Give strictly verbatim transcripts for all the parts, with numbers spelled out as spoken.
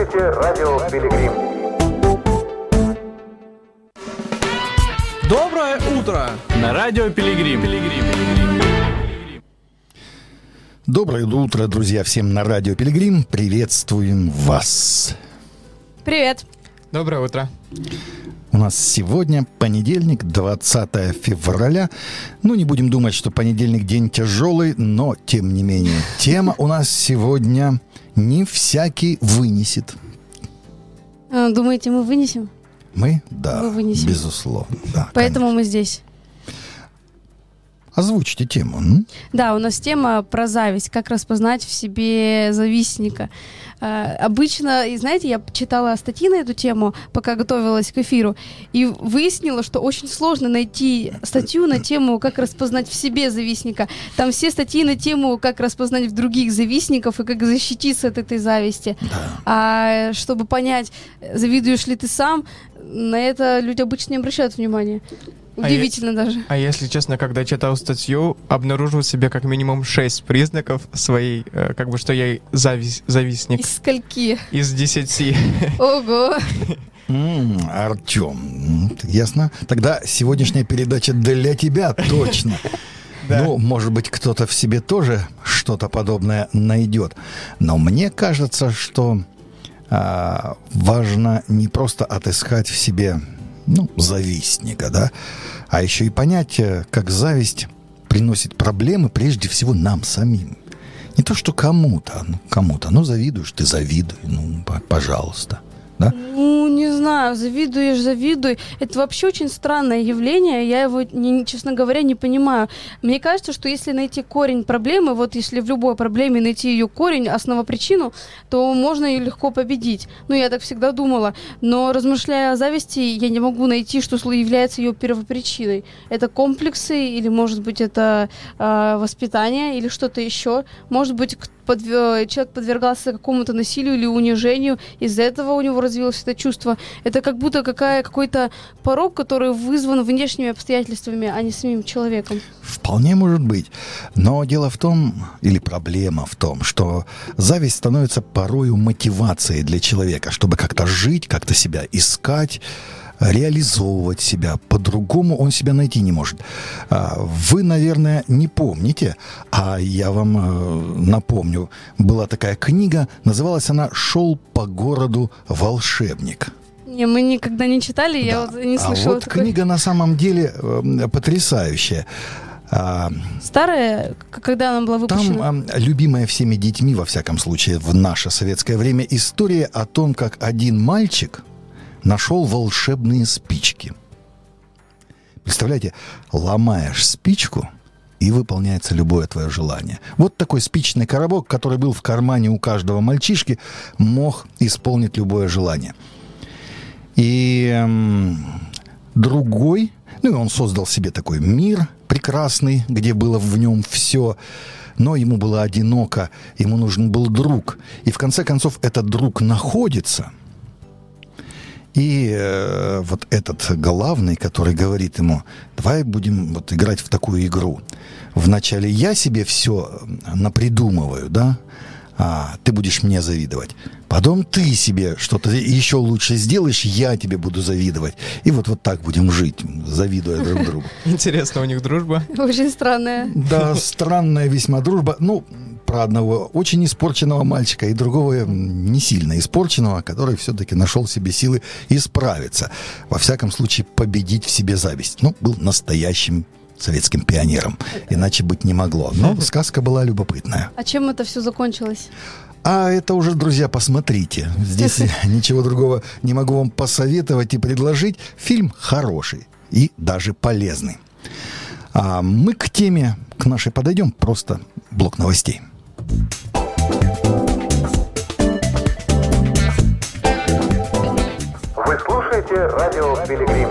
слушаете радио Пилигрим. Доброе утро на радио Пилигрим. Доброе утро, друзья, всем на радио Пилигрим. Приветствуем вас. Привет. Доброе утро. У нас сегодня понедельник, двадцатое февраля. Ну, не будем думать, что понедельник день тяжелый, но, тем не менее, тема у нас сегодня «Не всякий вынесет». А, думаете, мы вынесем? Мы? Да, мы вынесем. Безусловно. Да, Поэтому конечно. мы здесь. Озвучьте тему. М? Да, у нас тема про зависть. Как распознать в себе завистника. А, обычно, и знаете, я читала статьи на эту тему, пока готовилась к эфиру, и выяснила, что очень сложно найти статью на тему, как распознать в себе завистника. Там все статьи на тему, как распознать в других завистников и как защититься от этой зависти. Да. А чтобы понять, завидуешь ли ты сам, на это люди обычно не обращают внимания. Удивительно а даже. Я, а если честно, когда читал статью, обнаружил в себе как минимум шесть признаков своей, э, как бы, что я завис, завистник. Из скольки? Из десяти. Ого! М, Артем, ясно? Тогда сегодняшняя передача для тебя точно. Ну, может быть, кто-то в себе тоже что-то подобное найдет. Но мне кажется, что а, важно не просто отыскать в себе, ну, завистника, да, а еще и понять, как зависть приносит проблемы прежде всего нам самим. Не то, что кому-то, ну, кому-то, ну, завидуешь, ты завидуй, ну, пожалуйста, да? Ну, не знаю, завидуешь, завидуй. Это вообще очень странное явление, я его, не, честно говоря, не понимаю. Мне кажется, что если найти корень проблемы, вот если в любой проблеме найти ее корень, основопричину, то можно ее легко победить. Ну, я так всегда думала. Но, размышляя о зависти, я не могу найти, что является ее первопричиной. Это комплексы, или, может быть, это э, воспитание, или что-то еще. Может быть, подвер... человек подвергался какому-то насилию или унижению, из-за этого у него развилось это чувство. Это как будто какая, какой-то порог, который вызван внешними обстоятельствами, а не самим человеком. Вполне может быть. Но дело в том, или проблема в том, что зависть становится порою мотивацией для человека, чтобы как-то жить, как-то себя искать, реализовывать себя. По-другому он себя найти не может. Вы, наверное, не помните, а я вам напомню, была такая книга, называлась она «Шел по городу волшебник». Не, мы никогда не читали, Да. я вот не слышала. А вот такой... книга на самом деле потрясающая. Старая, когда она была выпущена? Там а, любимая всеми детьми, во всяком случае, в наше советское время, история о том, как один мальчик нашел волшебные спички. Представляете, ломаешь спичку, и выполняется любое твое желание. Вот такой спичный коробок, который был в кармане у каждого мальчишки, мог исполнить любое желание. И эм, другой, ну и он создал себе такой мир прекрасный, где было в нем все, но ему было одиноко, ему нужен был друг. И в конце концов этот друг находится. И э, вот этот главный, который говорит ему: давай будем вот играть в такую игру. Вначале я себе все напридумываю, да, а ты будешь мне завидовать. Потом ты себе что-то еще лучше сделаешь, я тебе буду завидовать. И вот, вот так будем жить, завидуя друг другу. Интересно, у них дружба? Очень странная. Да, странная весьма дружба. Ну, про одного очень испорченного мальчика и другого не сильно испорченного, который все-таки нашел в себе силы исправиться. Во всяком случае, победить в себе зависть. Ну, был настоящим советским пионером. Иначе быть не могло. Но сказка была любопытная. А чем это все закончилось? А это уже, друзья, посмотрите. Здесь ничего другого не могу вам посоветовать и предложить. Фильм хороший и даже полезный. А мы к теме, к нашей подойдем. Просто блок новостей. Вы слушаете радио Пилигрим.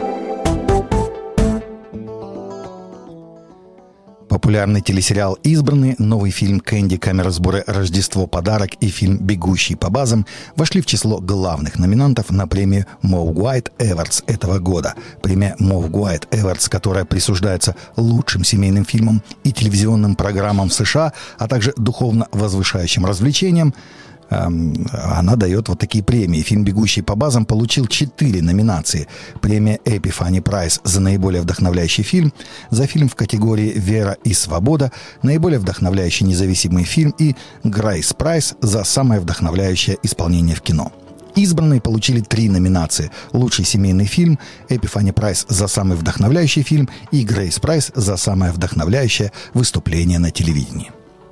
Популярный телесериал «Избранный», новый фильм Кэнди «Камера сбора. Рождество. Подарок» и фильм «Бегущий по базам» вошли в число главных номинантов на премию Moe White Awards этого года. Премия Moe White Awards, которая присуждается лучшим семейным фильмам и телевизионным программам в США, а также духовно возвышающим развлечениям, она дает вот такие премии. Фильм «Бегущий по базам» получил четыре номинации. Премия Эпифани Прайс за наиболее вдохновляющий фильм, за фильм в категории «Вера и свобода», наиболее вдохновляющий независимый фильм и Грейс Прайс за самое вдохновляющее исполнение в кино. Избранные получили три номинации. Лучший семейный фильм, Эпифани Прайс за самый вдохновляющий фильм и Грейс Прайс за самое вдохновляющее выступление на телевидении.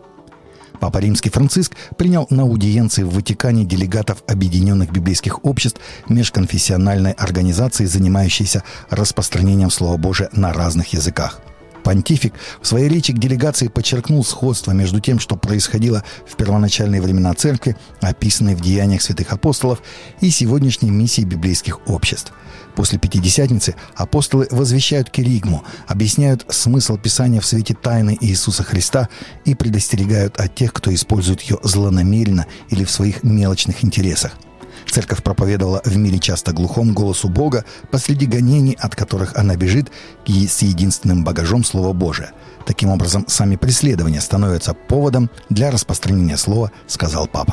Папа Римский Франциск принял на аудиенции в Ватикане делегатов Объединенных библейских обществ, межконфессиональной организации, занимающейся распространением Слова Божия на разных языках. Понтифик в своей речи к делегации подчеркнул сходство между тем, что происходило в первоначальные времена Церкви, описанной в Деяниях святых апостолов, и сегодняшней миссии библейских обществ. После Пятидесятницы апостолы возвещают киригму, объясняют смысл Писания в свете тайны Иисуса Христа и предостерегают от тех, кто использует ее злонамеренно или в своих мелочных интересах. Церковь проповедовала в мире часто глухом голосу Бога посреди гонений, от которых она бежит, с единственным багажом Слова Божия. Таким образом, сами преследования становятся поводом для распространения Слова, сказал Папа.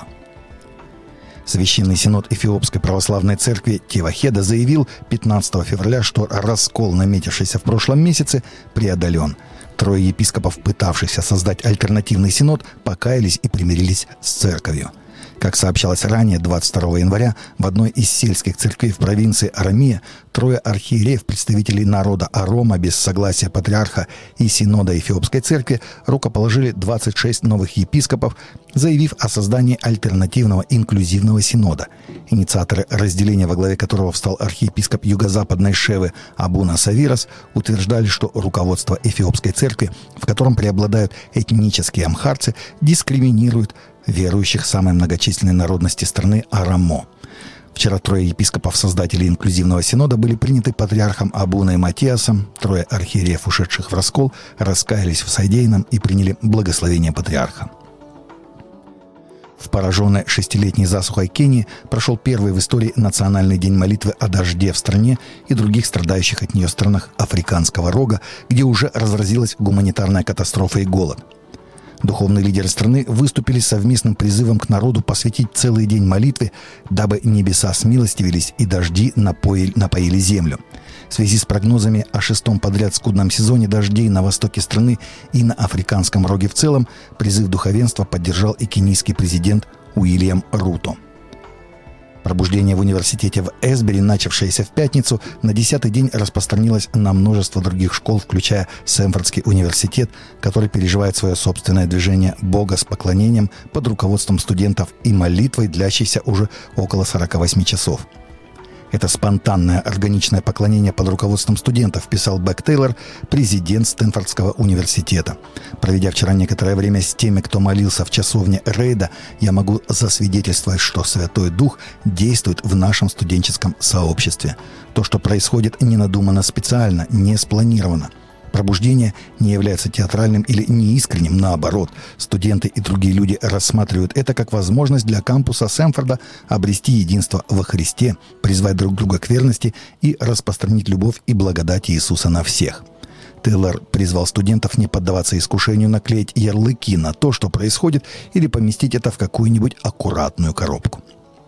Священный синод Эфиопской православной церкви Тевахеда заявил пятнадцатого февраля, что раскол, наметившийся в прошлом месяце, преодолен. Трое епископов, пытавшихся создать альтернативный синод, покаялись и примирились с церковью. Как сообщалось ранее, двадцать второго января в одной из сельских церквей в провинции Арамия трое архиереев, представителей народа Арома, без согласия патриарха и синода Эфиопской церкви, рукоположили двадцать шесть новых епископов, заявив о создании альтернативного инклюзивного синода. Инициаторы разделения, во главе которого встал архиепископ юго-западной Шевы Абуна Савирос, утверждали, что руководство Эфиопской церкви, в котором преобладают этнические амхарцы, дискриминирует верующих самой многочисленной народности страны Арамо. Вчера трое епископов-создателей инклюзивного синода были приняты патриархом Абуной Матиасом. Трое архиереев, ушедших в раскол, раскаялись в содеянном и приняли благословение патриарха. В пораженной шестилетней засухой Кении прошел первый в истории национальный день молитвы о дожде в стране и других страдающих от нее странах Африканского рога, где уже разразилась гуманитарная катастрофа и голод. Духовные лидеры страны выступили с совместным призывом к народу посвятить целый день молитве, дабы небеса смилостивились и дожди напоили, напоили землю. В связи с прогнозами о шестом подряд скудном сезоне дождей на востоке страны и на Африканском роге в целом, призыв духовенства поддержал и кенийский президент Уильям Руто. Пробуждение в университете в Эсбери, начавшееся в пятницу, на десятый день распространилось на множество других школ, включая Стэнфордский университет, который переживает свое собственное движение Бога с поклонением под руководством студентов и молитвой, длящейся уже около сорока восьми часов. Это спонтанное органичное поклонение под руководством студентов, писал Бек Тейлор, президент Стэнфордского университета. Проведя вчера некоторое время с теми, кто молился в часовне Рейда, я могу засвидетельствовать, что Святой Дух действует в нашем студенческом сообществе. То, что происходит, не надумано специально, не спланировано. Пробуждение не является театральным или неискренним, наоборот. Студенты и другие люди рассматривают это как возможность для кампуса Стэнфорда обрести единство во Христе, призвать друг друга к верности и распространить любовь и благодать Иисуса на всех. Тейлор призвал студентов не поддаваться искушению наклеить ярлыки на то, что происходит, или поместить это в какую-нибудь аккуратную коробку.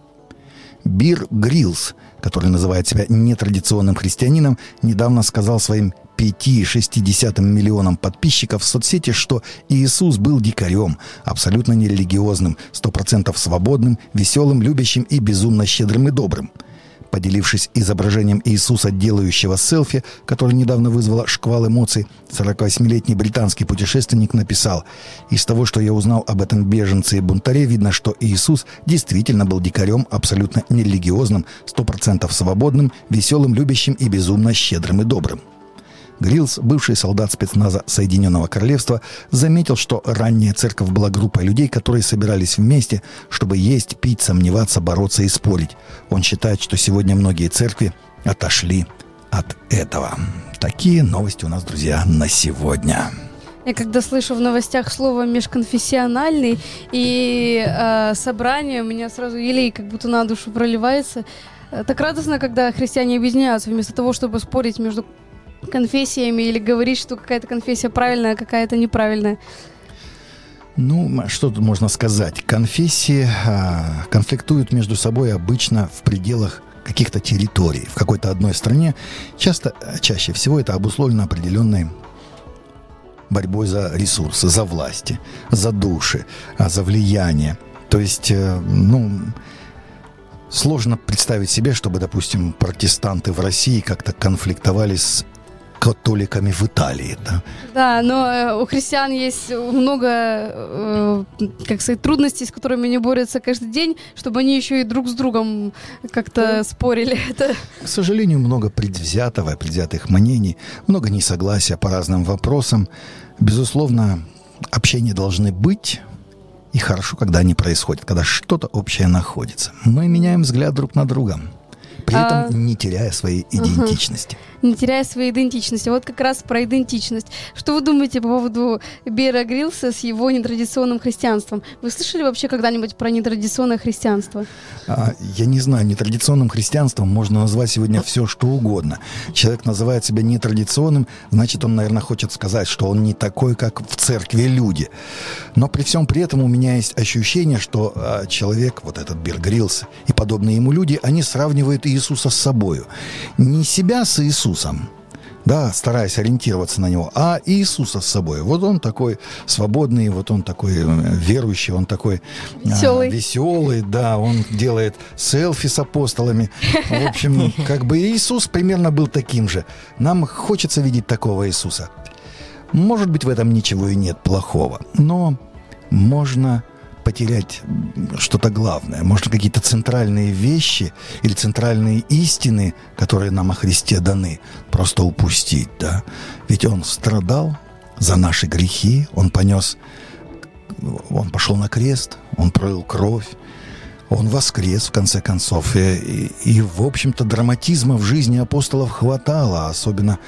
Бир Гриллс, который называет себя нетрадиционным христианином, недавно сказал своим пять целых шесть десятых миллионам подписчиков в соцсети, что Иисус был дикарем, абсолютно нерелигиозным, сто процентов свободным, веселым, любящим и безумно щедрым и добрым. Поделившись изображением Иисуса, делающего селфи, которое недавно вызвало шквал эмоций, сорокавосьмилетний британский путешественник написал: «Из того, что я узнал об этом беженце и бунтаре, видно, что Иисус действительно был дикарем, абсолютно нерелигиозным, сто процентов свободным, веселым, любящим и безумно щедрым и добрым». Гриллс, бывший солдат спецназа Соединенного Королевства, заметил, что ранняя церковь была группой людей, которые собирались вместе, чтобы есть, пить, сомневаться, бороться и спорить. Он считает, что сегодня многие церкви отошли от этого. Такие новости у нас, друзья, на сегодня. Я когда слышу в новостях слово «межконфессиональный» и э, «собрание», у меня сразу елей как будто на душу проливается. Так радостно, когда христиане объединяются, вместо того, чтобы спорить между конфессиями или говорить, что какая-то конфессия правильная, а какая-то неправильная. Ну, что тут можно сказать? Конфессии а, конфликтуют между собой обычно в пределах каких-то территорий. В какой-то одной стране часто, чаще всего это обусловлено определенной борьбой за ресурсы, за власти, за души, за влияние. То есть, ну, сложно представить себе, чтобы, допустим, протестанты в России как-то конфликтовали с католиками в Италии, да? Да, но у христиан есть много, э, как сказать, трудностей, с которыми они борются каждый день, чтобы они еще и друг с другом как-то да. спорили. Это... К сожалению, много предвзятого, предвзятых мнений, много несогласия по разным вопросам. Безусловно, общения должны быть, и хорошо, когда они происходят, когда что-то общее находится. Мы меняем взгляд друг на друга, при этом а... не теряя своей идентичности. Uh-huh. Не теряя своей идентичности. Вот как раз про идентичность. Что вы думаете по поводу Бера Гриллса с его нетрадиционным христианством? Вы слышали вообще когда-нибудь про нетрадиционное христианство? А, я не знаю. Нетрадиционным христианством можно назвать сегодня все, что угодно. Человек называет себя нетрадиционным, значит, он, наверное, хочет сказать, что он не такой, как в церкви люди. Но при всем при этом у меня есть ощущение, что а, человек, вот этот Бер Гриллс и подобные ему люди, они сравнивают Иисуса с собою. Не себя с Иисусом, да, стараясь ориентироваться на него, а Иисуса с собой. Вот он такой свободный, вот он такой верующий, он такой веселый, а, веселый, да, он делает селфи с апостолами. В общем, как бы Иисус примерно был таким же. Нам хочется видеть такого Иисуса. Может быть, в этом ничего и нет плохого, но можно потерять что-то главное. Можно какие-то центральные вещи или центральные истины, которые нам о Христе даны, просто упустить, да. Ведь Он страдал за наши грехи, Он понес, Он пошел на крест, Он пролил кровь, Он воскрес, в конце концов. И, и, и в общем-то, драматизма в жизни апостолов хватало, особенно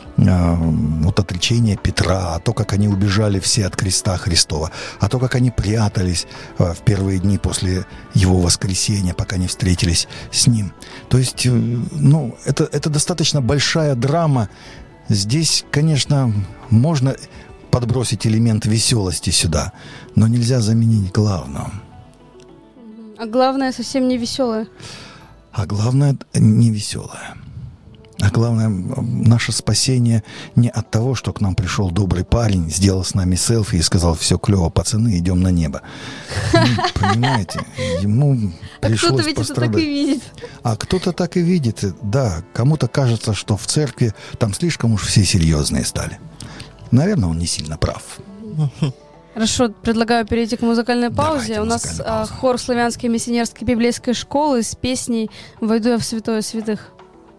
вот отречение Петра, а то, как они убежали все от креста Христова, а то, как они прятались в первые дни после Его воскресения, пока не встретились с Ним. То есть, ну, это, это достаточно большая драма. Здесь, конечно, можно подбросить элемент веселости сюда, но нельзя заменить главное. А главное совсем не веселое. А главное не веселое. А главное, наше спасение не от того, что к нам пришел добрый парень, сделал с нами селфи и сказал: все клево, пацаны, идем на небо. Понимаете? Ему пришлось пострадать. А кто-то ведь это так и видит. А кто-то так и видит, да. Кому-то кажется, что в церкви там слишком уж все серьезные стали. Наверное, он не сильно прав. Хорошо, предлагаю перейти к музыкальной паузе. Давайте, У нас музыкальная пауза. хор Славянской миссионерской библейской школы с песней «Войду я в святое святых».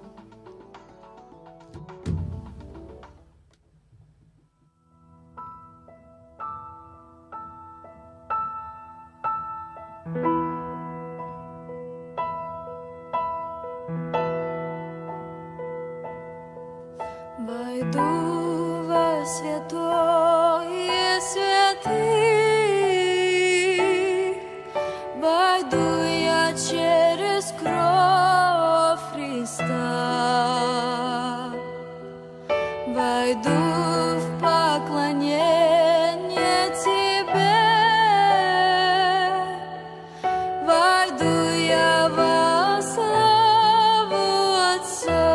Войду во святое святых, войду я через кровь Христа, войду в поклонение Тебе, войду я во славу Отца.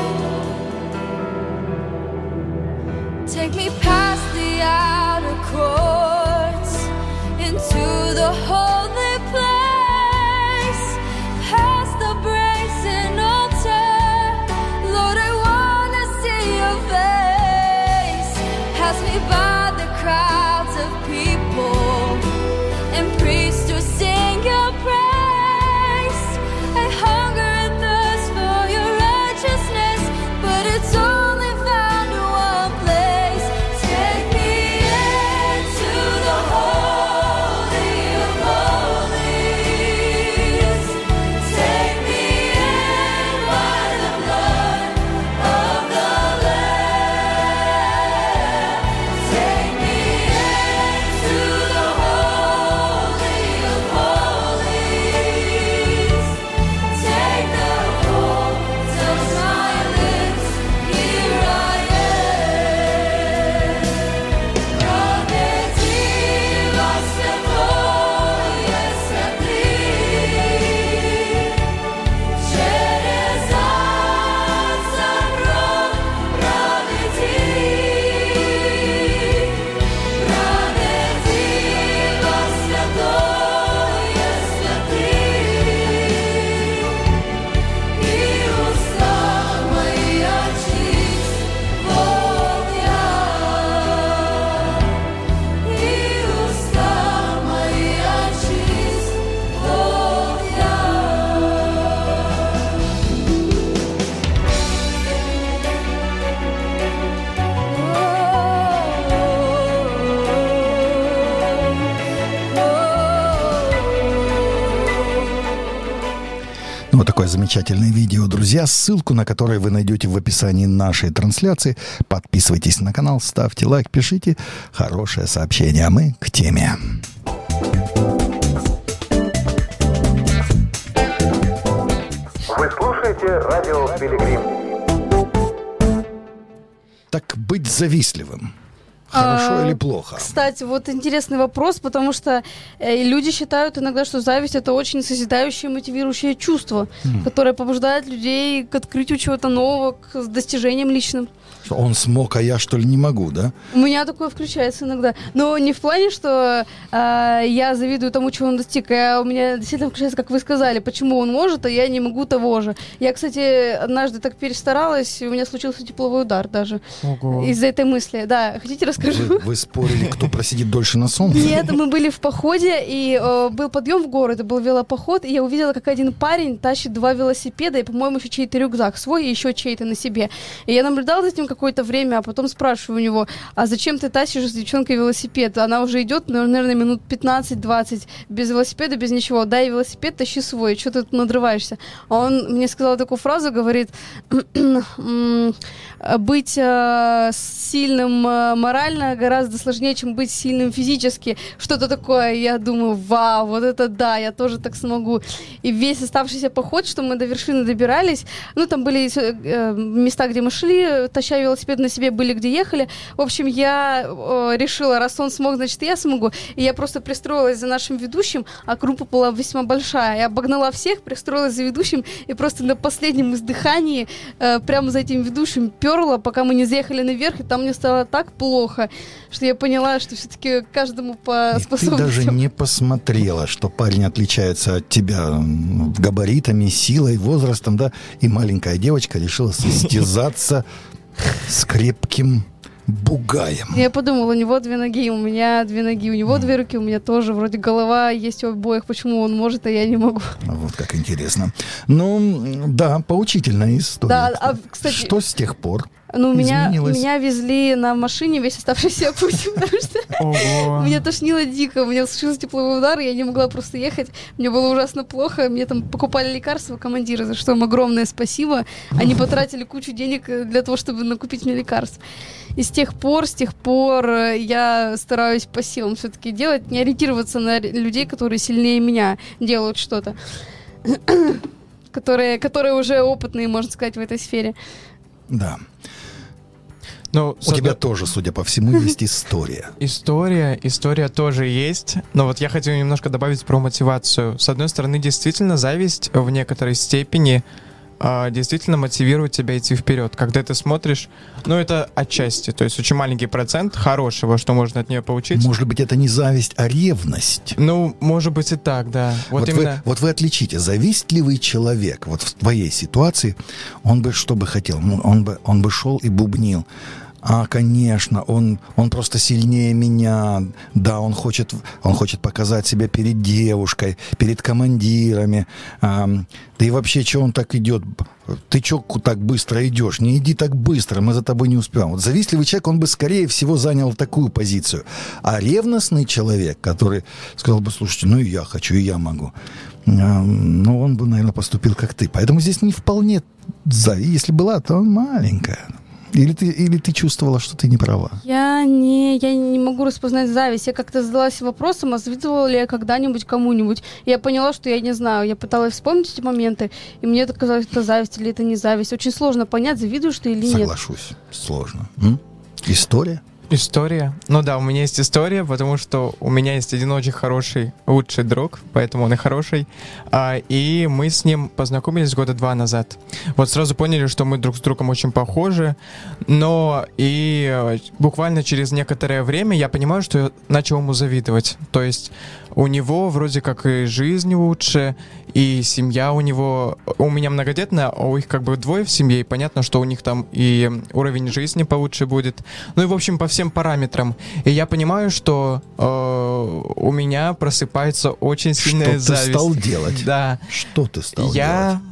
Take me past the outer court. holy place, past the brazen altar. Lord, I wanna see your face. Pass me by the crowds of people and priests who sing your praise. I hunger and thirst for your righteousness, but it's only found in one place. Take me into the holy of holies. Take me in by the blood of the Lamb. Take me into the holy of holies. Take the hold, touch my lips, here I am. Promettivas тобой святый, через Отца кровь пролети. Promettivas святой святый, и уста мои очисть, вот я. И уста мои очисть, вот Ну, вот такое замечательное видео, друзья, ссылку на которое вы найдете в описании нашей трансляции. Подписывайтесь на канал, ставьте лайк, пишите хорошее сообщение. А мы к теме. Вы слушаете радио Пилигрим. Так быть завистливым. Хорошо А, или плохо? Кстати, вот интересный вопрос, потому что э, люди считают иногда, что зависть — это очень созидающее, мотивирующее чувство, которое побуждает людей к открытию чего-то нового, к достижениям личным. Что он смог, а я что ли не могу, да? У меня такое включается иногда. Но не в плане, что э, я завидую тому, чего он достиг, а у меня действительно включается, как вы сказали, почему он может, а я не могу того же. Я, кстати, однажды так перестаралась, и у меня случился тепловой удар даже. Ого. Из-за этой мысли. Да, хотите расскажу? Вы, вы спорили, кто просидит дольше на солнце? Нет, мы были в походе, и э, был подъем в горы, это был велопоход, и я увидела, как один парень тащит два велосипеда, и, по-моему, еще чей-то рюкзак свой, и еще чей-то на себе. И я наблюдала за этим какое-то время, а потом спрашиваю у него, а зачем ты тащишь с девчонкой велосипед? Она уже идет, наверное, минут пятнадцать-двадцать без велосипеда, без ничего. Дай велосипед, тащи свой, что ты тут надрываешься? А он мне сказал такую фразу, говорит, быть э, сильным э, морально гораздо сложнее, чем быть сильным физически. Что-то такое. Я думаю, вау, вот это да, я тоже так смогу. И весь оставшийся поход, что мы до вершины добирались, ну, там были э, места, где мы шли, таща велосипед на себе, были, где ехали. В общем, я э, решила, раз он смог, значит, и я смогу. И я просто пристроилась за нашим ведущим, а группа была весьма большая. Я обогнала всех, пристроилась за ведущим, и просто на последнем издыхании э, прямо за этим ведущим перла, пока мы не заехали наверх, и там мне стало так плохо, что я поняла, что все-таки каждому по И способностям. ты даже не посмотрела, что парень отличается от тебя м, габаритами, силой, возрастом, да, и маленькая девочка решила состязаться с крепким бугаем. Я подумала, у него две ноги, у меня две ноги, у него две руки, у меня тоже. Вроде голова есть у обоих, почему он может, а я не могу. Вот как интересно. Ну, да, поучительная история. Да, а, кстати, Что с тех пор? Ну, меня, изменилось? меня везли на машине весь оставшийся путь, потому что Ого. меня тошнило дико, у меня случился тепловой удар, я не могла просто ехать, мне было ужасно плохо, мне там покупали лекарства командиры, за что им огромное спасибо, они потратили кучу денег для того, чтобы накупить мне лекарств. И с тех пор, с тех пор я стараюсь по силам все-таки делать, не ориентироваться на людей, которые сильнее меня делают что-то, которые, которые уже опытные, можно сказать, в этой сфере. Да. Ну, У тебя тоже, судя по всему, есть история. История, история тоже есть, но вот я хотел немножко добавить про мотивацию. С одной стороны, действительно, зависть в некоторой степени а, действительно мотивирует тебя идти вперед. Когда ты смотришь, ну это отчасти, то есть очень маленький процент хорошего, что можно от нее получить. Может быть, это не зависть, а ревность. Ну, может быть и так, да. Вот, Вот, именно. вы, вот вы отличите, завистливый человек, вот в твоей ситуации, он бы что бы хотел? Ну, Он бы, он бы шел и бубнил. А, конечно, он, он просто сильнее меня. Да, он хочет, он хочет показать себя перед девушкой, перед командирами. А, да и вообще, что он так идет? Ты что так быстро идешь? Не иди так быстро, мы за тобой не успеваем. Вот завистливый человек, он бы, скорее всего, занял такую позицию. А ревностный человек, который сказал бы, слушайте, ну и я хочу, и я могу. А, ну, он бы, наверное, поступил как ты. Поэтому здесь не вполне зависть. Если была, то маленькая. Или ты, или ты чувствовала, что ты не права? Я не, я не могу распознать зависть. Я как-то задалась вопросом, а завидовала ли я когда-нибудь кому-нибудь. И я поняла, что я не знаю. Я пыталась вспомнить эти моменты, и мне это казалось, это зависть или это не зависть. Очень сложно понять, завидуешь ты или нет. Соглашусь. Сложно. М? История? История. Ну да, у меня есть история, потому что у меня есть один очень хороший, лучший друг, поэтому он и хороший. А, и мы с ним познакомились года два назад. Вот сразу поняли, что мы друг с другом очень похожи, но и э, буквально через некоторое время я понимаю, что я начал ему завидовать. То есть у него вроде как и жизнь лучше, и семья у него... У меня многодетная, а у их как бы двое в семье, и понятно, что у них там и уровень жизни получше будет. Ну и, в общем, по всем параметрам. И я понимаю, что э, у меня просыпается очень сильная Что зависть. ты стал делать? Да. Что ты стал Я... делать?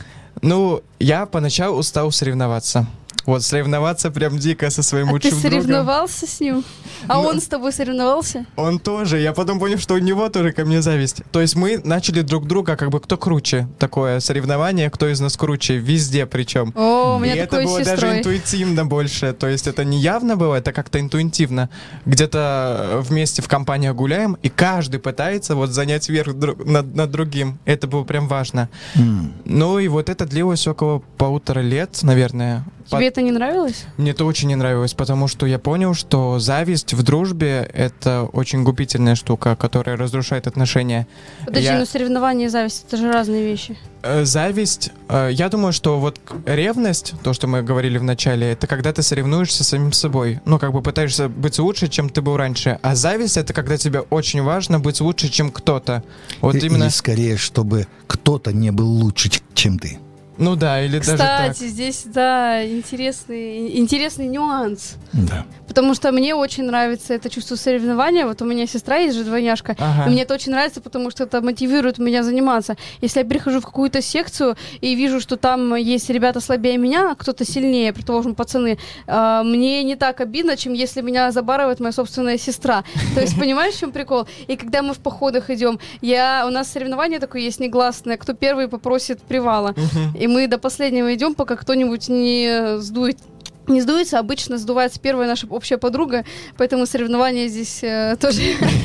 Ну, я поначалу стал соревноваться. Вот, соревноваться прям дико со своим А лучшим ты другом. соревновался с ним? А Ну- он с тобой соревновался? Он тоже. Я потом понял, что у него тоже ко мне зависть. То есть мы начали друг друга, как бы, кто круче. Такое соревнование, кто из нас круче. Везде причем. О, у И меня это такое было с даже сестрой. интуитивно больше. То есть это не явно было, это как-то интуитивно. Где-то вместе в компаниях гуляем, и каждый пытается вот занять верх друг- над, над другим. Это было прям важно. М. Ну и вот это длилось около полутора лет, наверное. Тебе это не нравилось? Мне это очень не нравилось, потому что я понял, что зависть в дружбе — это очень губительная штука, которая разрушает отношения. Подожди, Я- ну соревнования и зависть — это же разные вещи. Э, Зависть, э, я думаю, что вот ревность, то, что мы говорили в начале, это когда ты соревнуешься с самим собой. Ну, как бы пытаешься быть лучше, чем ты был раньше. А зависть — это когда тебе очень важно быть лучше, чем кто-то. Вот И- именно... Или скорее, чтобы кто-то не был лучше, ч- чем ты. Ну да, или даже так. Кстати, здесь, да, интересный, интересный нюанс. Да. Потому что мне очень нравится это чувство соревнования. Вот у меня сестра есть же, двойняшка. Ага. И мне это очень нравится, потому что это мотивирует меня заниматься. Если я прихожу в какую-то секцию и вижу, что там есть ребята слабее меня, а кто-то сильнее, предположим, пацаны, а, мне не так обидно, чем если меня забарывает моя собственная сестра. То есть, понимаешь, в чем прикол? И когда мы в походах идем, я, у нас соревнование такое есть негласное, кто первый попросит привала. И мы до последнего идем, пока кто-нибудь не сдует. Не сдуется, обычно сдувается первая наша общая подруга, поэтому соревнования здесь э, тоже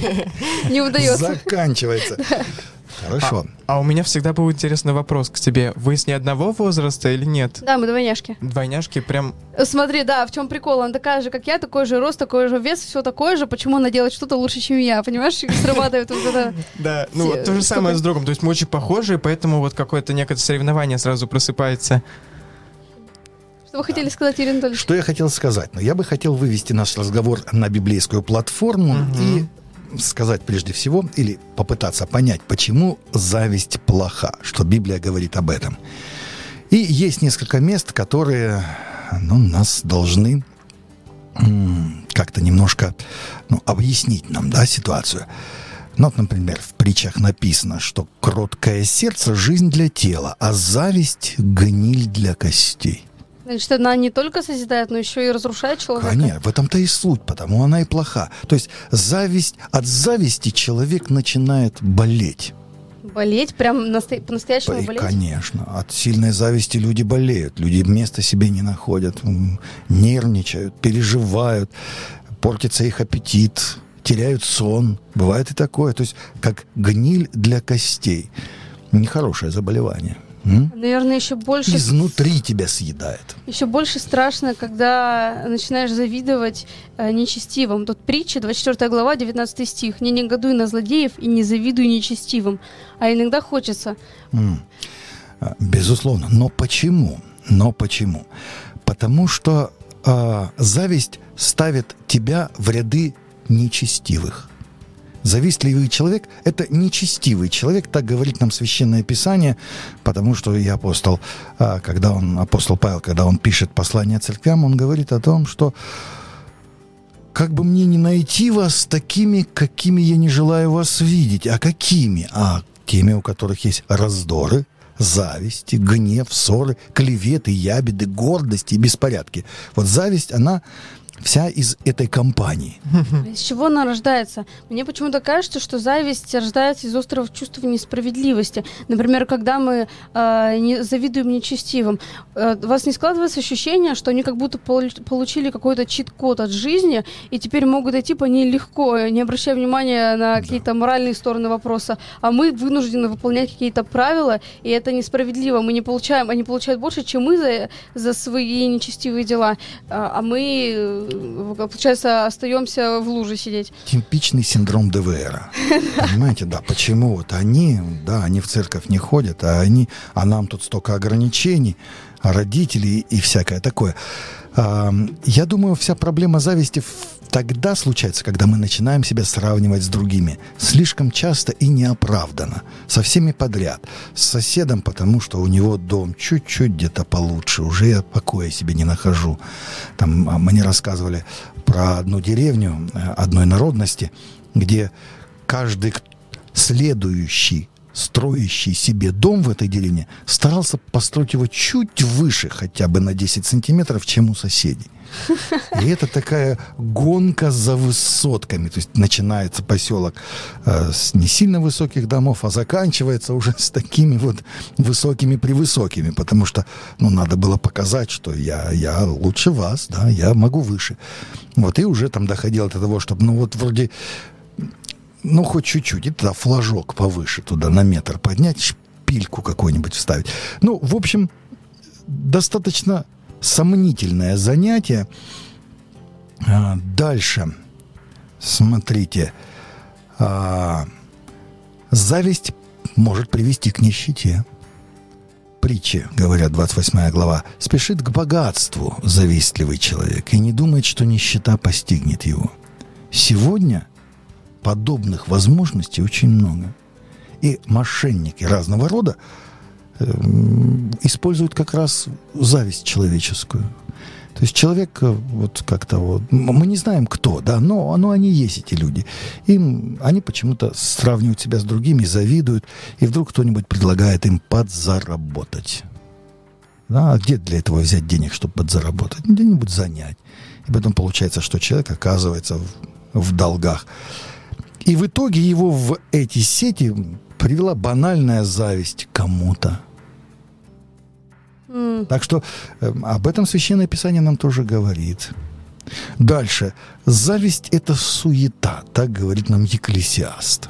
не удается. Заканчивается. Хорошо. А у меня всегда был интересный вопрос к тебе. Вы с не одного возраста или нет? Да, мы двойняшки. Двойняшки прям... Смотри, да, в чем прикол? Она такая же, как я, такой же рост, такой же вес, все такое же. Почему она делает что-то лучше, чем я? Понимаешь, срабатывает вот это. Да, ну Те- вот то же самое сколько- с другом. То есть мы очень похожи, поэтому вот какое-то некое соревнование сразу просыпается. Что вы хотели сказать, Ирина Анатольевна? Что я хотел сказать? Но я бы хотел вывести наш разговор на библейскую платформу и сказать прежде всего, или попытаться понять, почему зависть плоха, что Библия говорит об этом. И есть несколько мест, которые, ну, нас должны м, как-то немножко, ну, объяснить нам, да, ситуацию. Ну, вот, например, в притчах написано, что кроткое сердце — жизнь для тела, а зависть — гниль для костей. Значит, она не только созидает, но еще и разрушает человека. Конечно, в этом-то и суть, потому она и плоха. То есть зависть, от зависти человек начинает болеть. Болеть, прям насто- по-настоящему И, болеть? конечно, от сильной зависти люди болеют, люди места себе не находят, м, нервничают, переживают, портится их аппетит, теряют сон. Бывает и такое, то есть как гниль для костей. Нехорошее заболевание. М? Наверное, еще больше... Изнутри тебя съедает. Еще больше страшно, когда начинаешь завидовать э, нечестивым. Тут притча, двадцать четвёртая глава, девятнадцатый стих. «Не негодуй на злодеев и не завидуй нечестивым». А иногда хочется. М. А, Безусловно. Но почему? Но почему? Потому что а, зависть ставит тебя в ряды нечестивых. Завистливый человек – это нечестивый человек, так говорит нам Священное Писание, потому что и апостол, а, когда он, апостол Павел, когда он пишет послание церквям, он говорит о том, что как бы мне не найти вас такими, какими я не желаю вас видеть. А какими? А теми, у которых есть раздоры, зависти, гнев, ссоры, клеветы, ябеды, гордости и беспорядки. Вот зависть, она вся из этой компании. Из чего она рождается? Мне почему-то кажется, что зависть рождается из острого чувства несправедливости. Например, когда мы э, не, завидуем нечестивым, э, у вас не складывается ощущение, что они как будто получ- получили какой-то чит-код от жизни и теперь могут идти по ней легко, не обращая внимания на какие-то моральные стороны вопроса, а мы вынуждены выполнять какие-то правила, и это несправедливо. Мы не получаем, они получают больше, чем мы за, за свои нечестивые дела, а, а мы получается, остаемся в луже сидеть. Типичный синдром ДВРа. Понимаете, да, почему вот они, да, они в церковь не ходят, а они, а нам тут столько ограничений, а родители и всякое такое. Я думаю, вся проблема зависти тогда случается, когда мы начинаем себя сравнивать с другими. Слишком часто и неоправданно. Со всеми подряд. С соседом, потому что у него дом чуть-чуть где-то получше. Уже я покоя себе не нахожу. Там мне рассказывали про одну деревню одной народности, где каждый следующий строящий себе дом в этой деревне старался построить его чуть выше, хотя бы на десять сантиметров, чем у соседей. И это такая гонка за высотками. То есть начинается поселок э, с не сильно высоких домов, а заканчивается уже с такими вот высокими-превысокими, потому что, ну, надо было показать, что я, я лучше вас, да, я могу выше. Вот, и уже там доходило до того, чтобы, ну, вот вроде... Ну, хоть чуть-чуть. И тогда флажок повыше туда на метр поднять, шпильку какую-нибудь вставить. Ну, в общем, достаточно сомнительное занятие. А, дальше. Смотрите. А, зависть может привести к нищете. Притчи, говорят, двадцать восьмая глава. Спешит к богатству завистливый человек и не думает, что нищета постигнет его. Сегодня подобных возможностей очень много. И мошенники разного рода э, используют как раз зависть человеческую. То есть человек э, вот как-то вот... Мы не знаем, кто, да, но, но они есть, эти люди. Им, они почему-то сравнивают себя с другими, завидуют, и вдруг кто-нибудь предлагает им подзаработать. Да, а где для этого взять денег, чтобы подзаработать? Где-нибудь занять. И потом получается, что человек оказывается в, в долгах. И в итоге его в эти сети привела банальная зависть к кому-то. Mm. Так что э, об этом Священное Писание нам тоже говорит. Дальше. Зависть – это суета, так говорит нам Екклесиаст.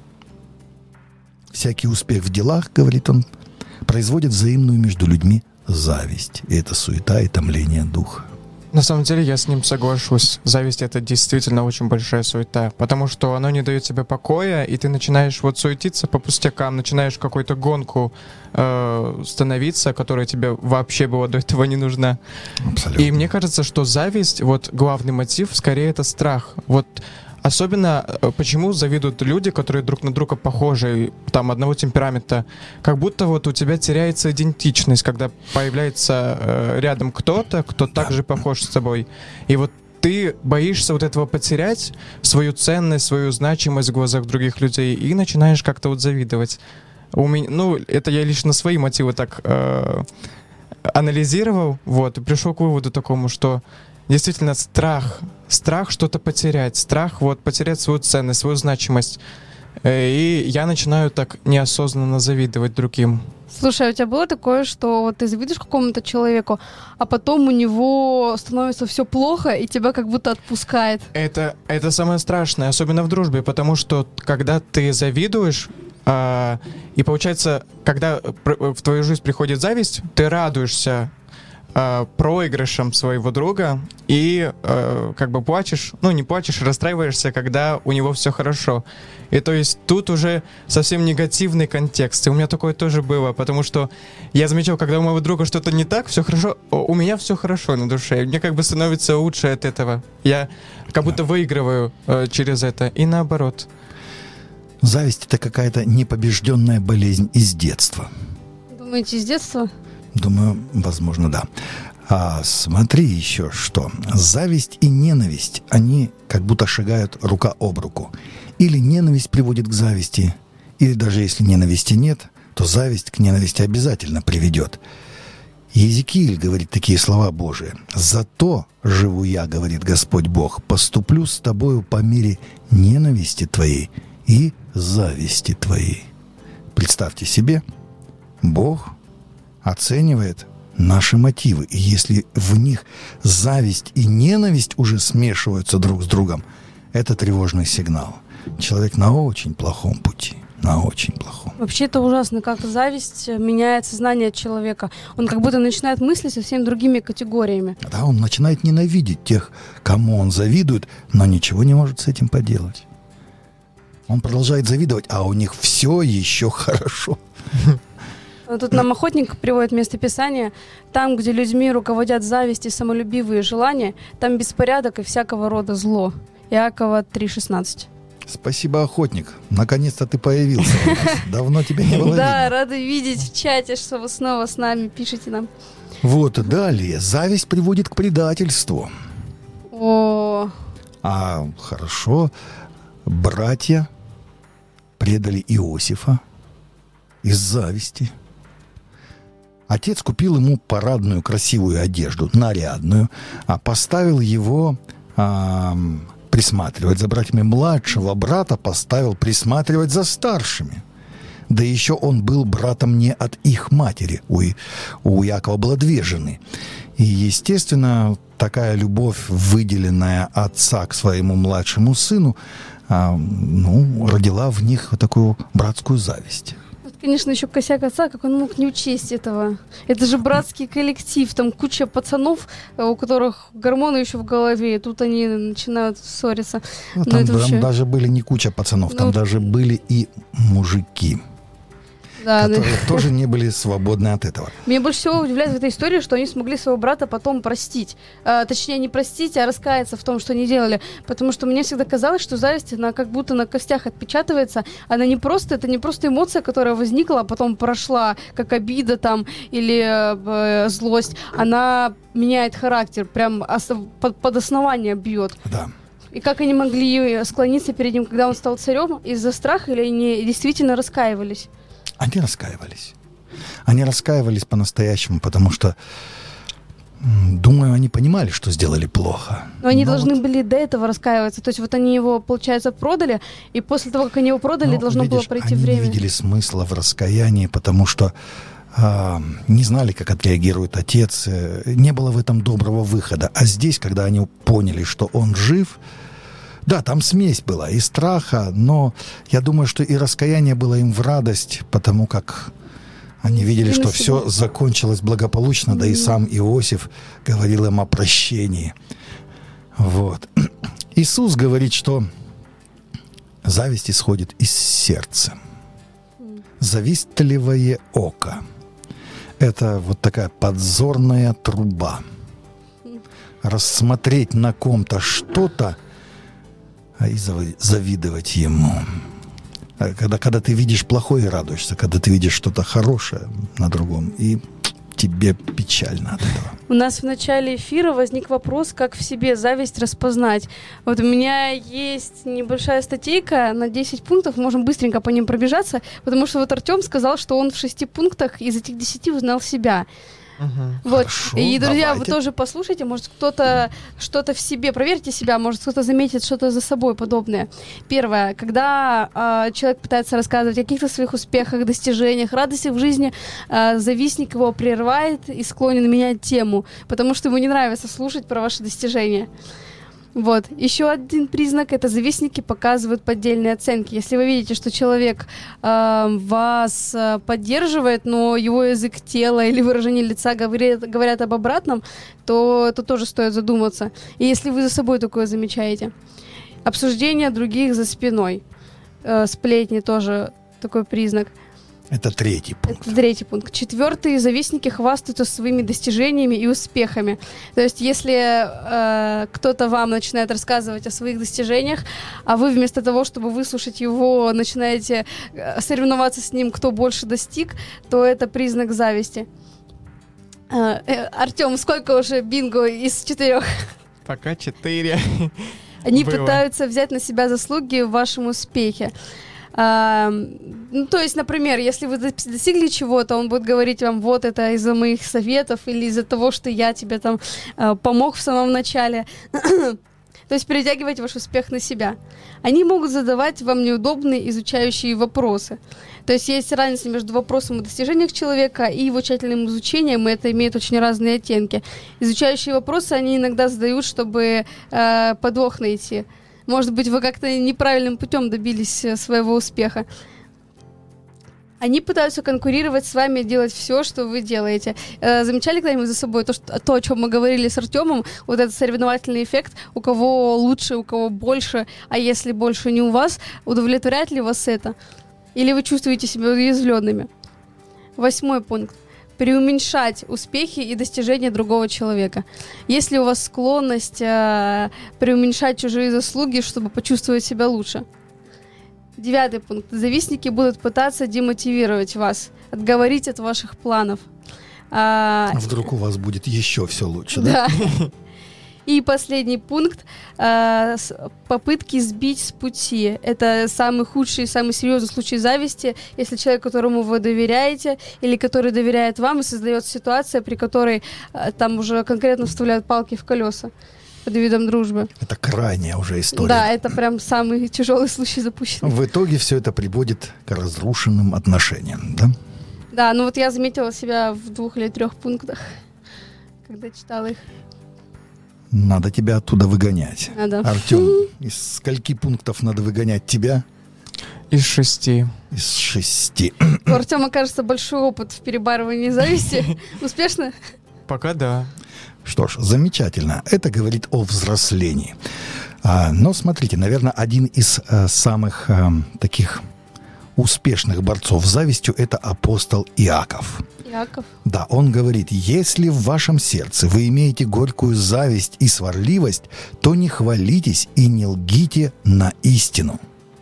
Всякий успех в делах, говорит он, производит взаимную между людьми зависть. И это суета и томление духа. На самом деле я с ним соглашусь. Зависть — это действительно очень большая суета, потому что оно не дает тебе покоя, и ты начинаешь вот суетиться по пустякам, начинаешь какую-то гонку э, становиться, которая тебе вообще была до этого не нужна. Абсолютно. И мне кажется, что зависть, вот главный мотив, скорее это страх. Вот особенно, почему завидуют люди, которые друг на друга похожи, там, одного темперамента. Как будто вот у тебя теряется идентичность, когда появляется э, рядом кто-то, кто также похож с тобой. И вот ты боишься вот этого потерять, свою ценность, свою значимость в глазах других людей, и начинаешь как-то вот завидовать. У меня, ну, это я лично свои мотивы так э, анализировал, вот, и пришел к выводу такому, что действительно страх, страх что-то потерять, страх вот потерять свою ценность, свою значимость. И я начинаю так неосознанно завидовать другим. Слушай, а у тебя было такое, что вот ты завидуешь какому-то человеку, а потом у него становится все плохо, и тебя как будто отпускает? Это, это самое страшное, особенно в дружбе, потому что когда ты завидуешь, э, и получается, когда в твою жизнь приходит зависть, ты радуешься э, проигрышем своего друга и э, как бы плачешь, ну не плачешь, расстраиваешься, когда у него все хорошо. И то есть тут уже совсем негативный контекст. И у меня такое тоже было, потому что я заметил, когда у моего друга что-то не так, все хорошо, у меня все хорошо на душе. И мне как бы становится лучше от этого. Я как будто выигрываю э, через это. И наоборот. Зависть — это какая-то непобежденная болезнь из детства. Думаете, с детства? Думаю, возможно, да. А смотри еще что. Зависть и ненависть, они как будто шагают рука об руку. Или ненависть приводит к зависти, или даже если ненависти нет, то зависть к ненависти обязательно приведет. Иезекииль говорит такие слова Божии. «Зато живу я, говорит Господь Бог, поступлю с тобою по мере ненависти твоей и зависти твоей». Представьте себе, Бог оценивает наши мотивы. И если в них зависть и ненависть уже смешиваются друг с другом, это тревожный сигнал. Человек на очень плохом пути. На очень плохом. Вообще это ужасно, как зависть меняет сознание человека. Он как будто начинает мыслить совсем другими категориями. Да, он начинает ненавидеть тех, кому он завидует, но ничего не может с этим поделать. Он продолжает завидовать, а у них все еще хорошо. Тут нам охотник приводит местописание. Там, где людьми руководят зависть и самолюбивые желания, там беспорядок и всякого рода зло. Иакова три шестнадцать. Спасибо, охотник. Наконец-то ты появился у нас. Давно тебя не было Да, видно. рады видеть в чате, что вы снова с нами, пишите нам. Вот, далее. Зависть приводит к предательству. О, А, хорошо. Братья предали Иосифа из зависти. Отец купил ему парадную красивую одежду, нарядную, а поставил его а, присматривать за братьями. Младшего брата поставил присматривать за старшими. Да еще он был братом не от их матери. У, у Якова было две жены. И, естественно, такая любовь, выделенная отца к своему младшему сыну, а, ну, родила в них вот такую братскую зависть. вот, конечно, еще косяк отца, как он мог не учесть этого. Это же братский коллектив, там куча пацанов, у которых гормоны еще в голове, и тут они начинают ссориться. Ну, Ну, там, это там вообще- даже были не куча пацанов, там Ну, даже были и мужики, Да, да. которые тоже не были свободны от этого. Меня больше всего удивляет в этой истории, что они смогли своего брата потом простить. А, точнее, не простить, а раскаяться в том, что они делали. Потому что мне всегда казалось, что зависть, она как будто на костях отпечатывается. Она не просто, это не просто эмоция, которая возникла, а потом прошла, как обида там или э, злость. Она меняет характер, прям ос- под, под основание бьет. Да. И как они могли склониться перед ним, когда он стал царем, из-за страха, или они действительно раскаивались? Они раскаивались. Они раскаивались по-настоящему, потому что, м, думаю, они понимали, что сделали плохо. Но они Но должны вот- были до этого раскаиваться. То есть вот они его, получается, продали, и после того, как они его продали, но, должно было видишь, пройти они время. не видели смысла в раскаянии, потому что а, не знали, как отреагирует отец. э, Не было в этом доброго выхода. А здесь, когда они поняли, что он жив, да, там смесь была и страха, но я думаю, что и раскаяние было им в радость, потому как они видели, что все закончилось благополучно, да и сам Иосиф говорил им о прощении. Вот. Иисус говорит, что зависть исходит из сердца. Завистливое око. Это вот такая подзорная труба. Рассмотреть на ком-то что-то, а и зави- завидовать ему. А Когда, когда ты видишь плохое и радуешься, когда ты видишь что-то хорошее на другом, и тебе печально от этого. У нас в начале эфира возник вопрос, как в себе зависть распознать. Вот у меня есть небольшая статейка на десять пунктов, можем быстренько по ним пробежаться, потому что вот Артем сказал, что он в шести пунктах из этих десяти узнал себя. Вот. Хорошо, И, друзья, вы давайте. тоже послушайте, может, кто-то что-то в себе, проверьте себя, может, кто-то заметит что-то за собой подобное. Первое, когда э, человек пытается рассказывать о каких-то своих успехах, достижениях, радостях в жизни, э, завистник его прерывает и склонен менять тему, потому что ему не нравится слушать про ваши достижения. Вот. Еще один признак — это завистники показывают поддельные оценки. Если вы видите, что человек э, вас э, поддерживает, но его язык тела или выражение лица говорят, говорят об обратном, то это тоже стоит задуматься. И если вы за собой такое замечаете. Обсуждение других за спиной. Э, сплетни тоже такой признак. Это третий пункт. Это третий пункт. Четвертый. Завистники хвастаются своими достижениями и успехами. То есть, если э, кто-то вам начинает рассказывать о своих достижениях, а вы вместо того, чтобы выслушать его, начинаете э, соревноваться с ним, кто больше достиг, то это признак зависти. Э, э, Артем, сколько уже бинго из четырех? Пока четыре. Они было. пытаются взять на себя заслуги в вашем успехе. А, ну, то есть, например, если вы достигли чего-то, он будет говорить вам: вот это из-за моих советов или из-за того, что я тебе там э, помог в самом начале. То есть перетягивать ваш успех на себя. Они могут задавать вам неудобные изучающие вопросы. То есть есть разница между вопросом о достижениях человека и его тщательным изучением, и это имеет очень разные оттенки. Изучающие вопросы они иногда задают, чтобы э, подвох найти. Может быть, вы как-то неправильным путем добились своего успеха. Они пытаются конкурировать с вами, делать все, что вы делаете. Э, замечали когда-нибудь за собой то, что, то, о чем мы говорили с Артемом, вот этот соревновательный эффект, у кого лучше, у кого больше, а если больше не у вас, удовлетворяет ли вас это? Или вы чувствуете себя уязвленными? Восьмой пункт. Преуменьшать успехи и достижения другого человека. Есть ли у вас склонность э, преуменьшать чужие заслуги, чтобы почувствовать себя лучше? Девятый пункт. Завистники будут пытаться демотивировать вас, отговорить от ваших планов. А, Вдруг у вас будет еще все лучше, да? да. И последний пункт. Э, попытки сбить с пути. Это самый худший, самый серьезный случай зависти. Если человек, которому вы доверяете, или который доверяет вам, и создается ситуация, при которой э, там уже конкретно вставляют палки в колеса под видом дружбы. Это крайняя уже история. Да, это прям самый тяжелый случай запущенный. В итоге все это приводит к разрушенным отношениям, да? Да, ну вот я заметила себя в двух или трех пунктах, когда читала их. Надо тебя оттуда выгонять. Надо. Артем, из скольки пунктов надо выгонять тебя? Из шести. Из шести. У Артема, кажется, большой опыт в перебарывании зависти. Успешно? Пока да. Что ж, замечательно. Это говорит о взрослении. А, но смотрите, наверное, один из а, самых а, таких успешных борцов с завистью – это апостол Иаков. Иаков. Да, он говорит: если в вашем сердце вы имеете горькую зависть и сварливость, то не хвалитесь и не лгите на истину.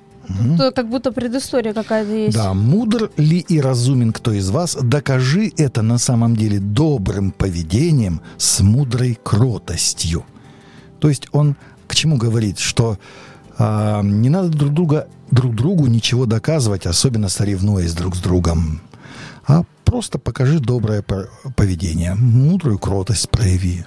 То как будто предыстория какая-то есть. Да, мудр ли и разумен кто из вас, докажи это на самом деле добрым поведением с мудрой кротостью. То есть он к чему говорит, что а, не надо друг, друга, друг другу ничего доказывать, особенно соревнуясь друг с другом, а просто покажи доброе поведение, мудрую кротость прояви.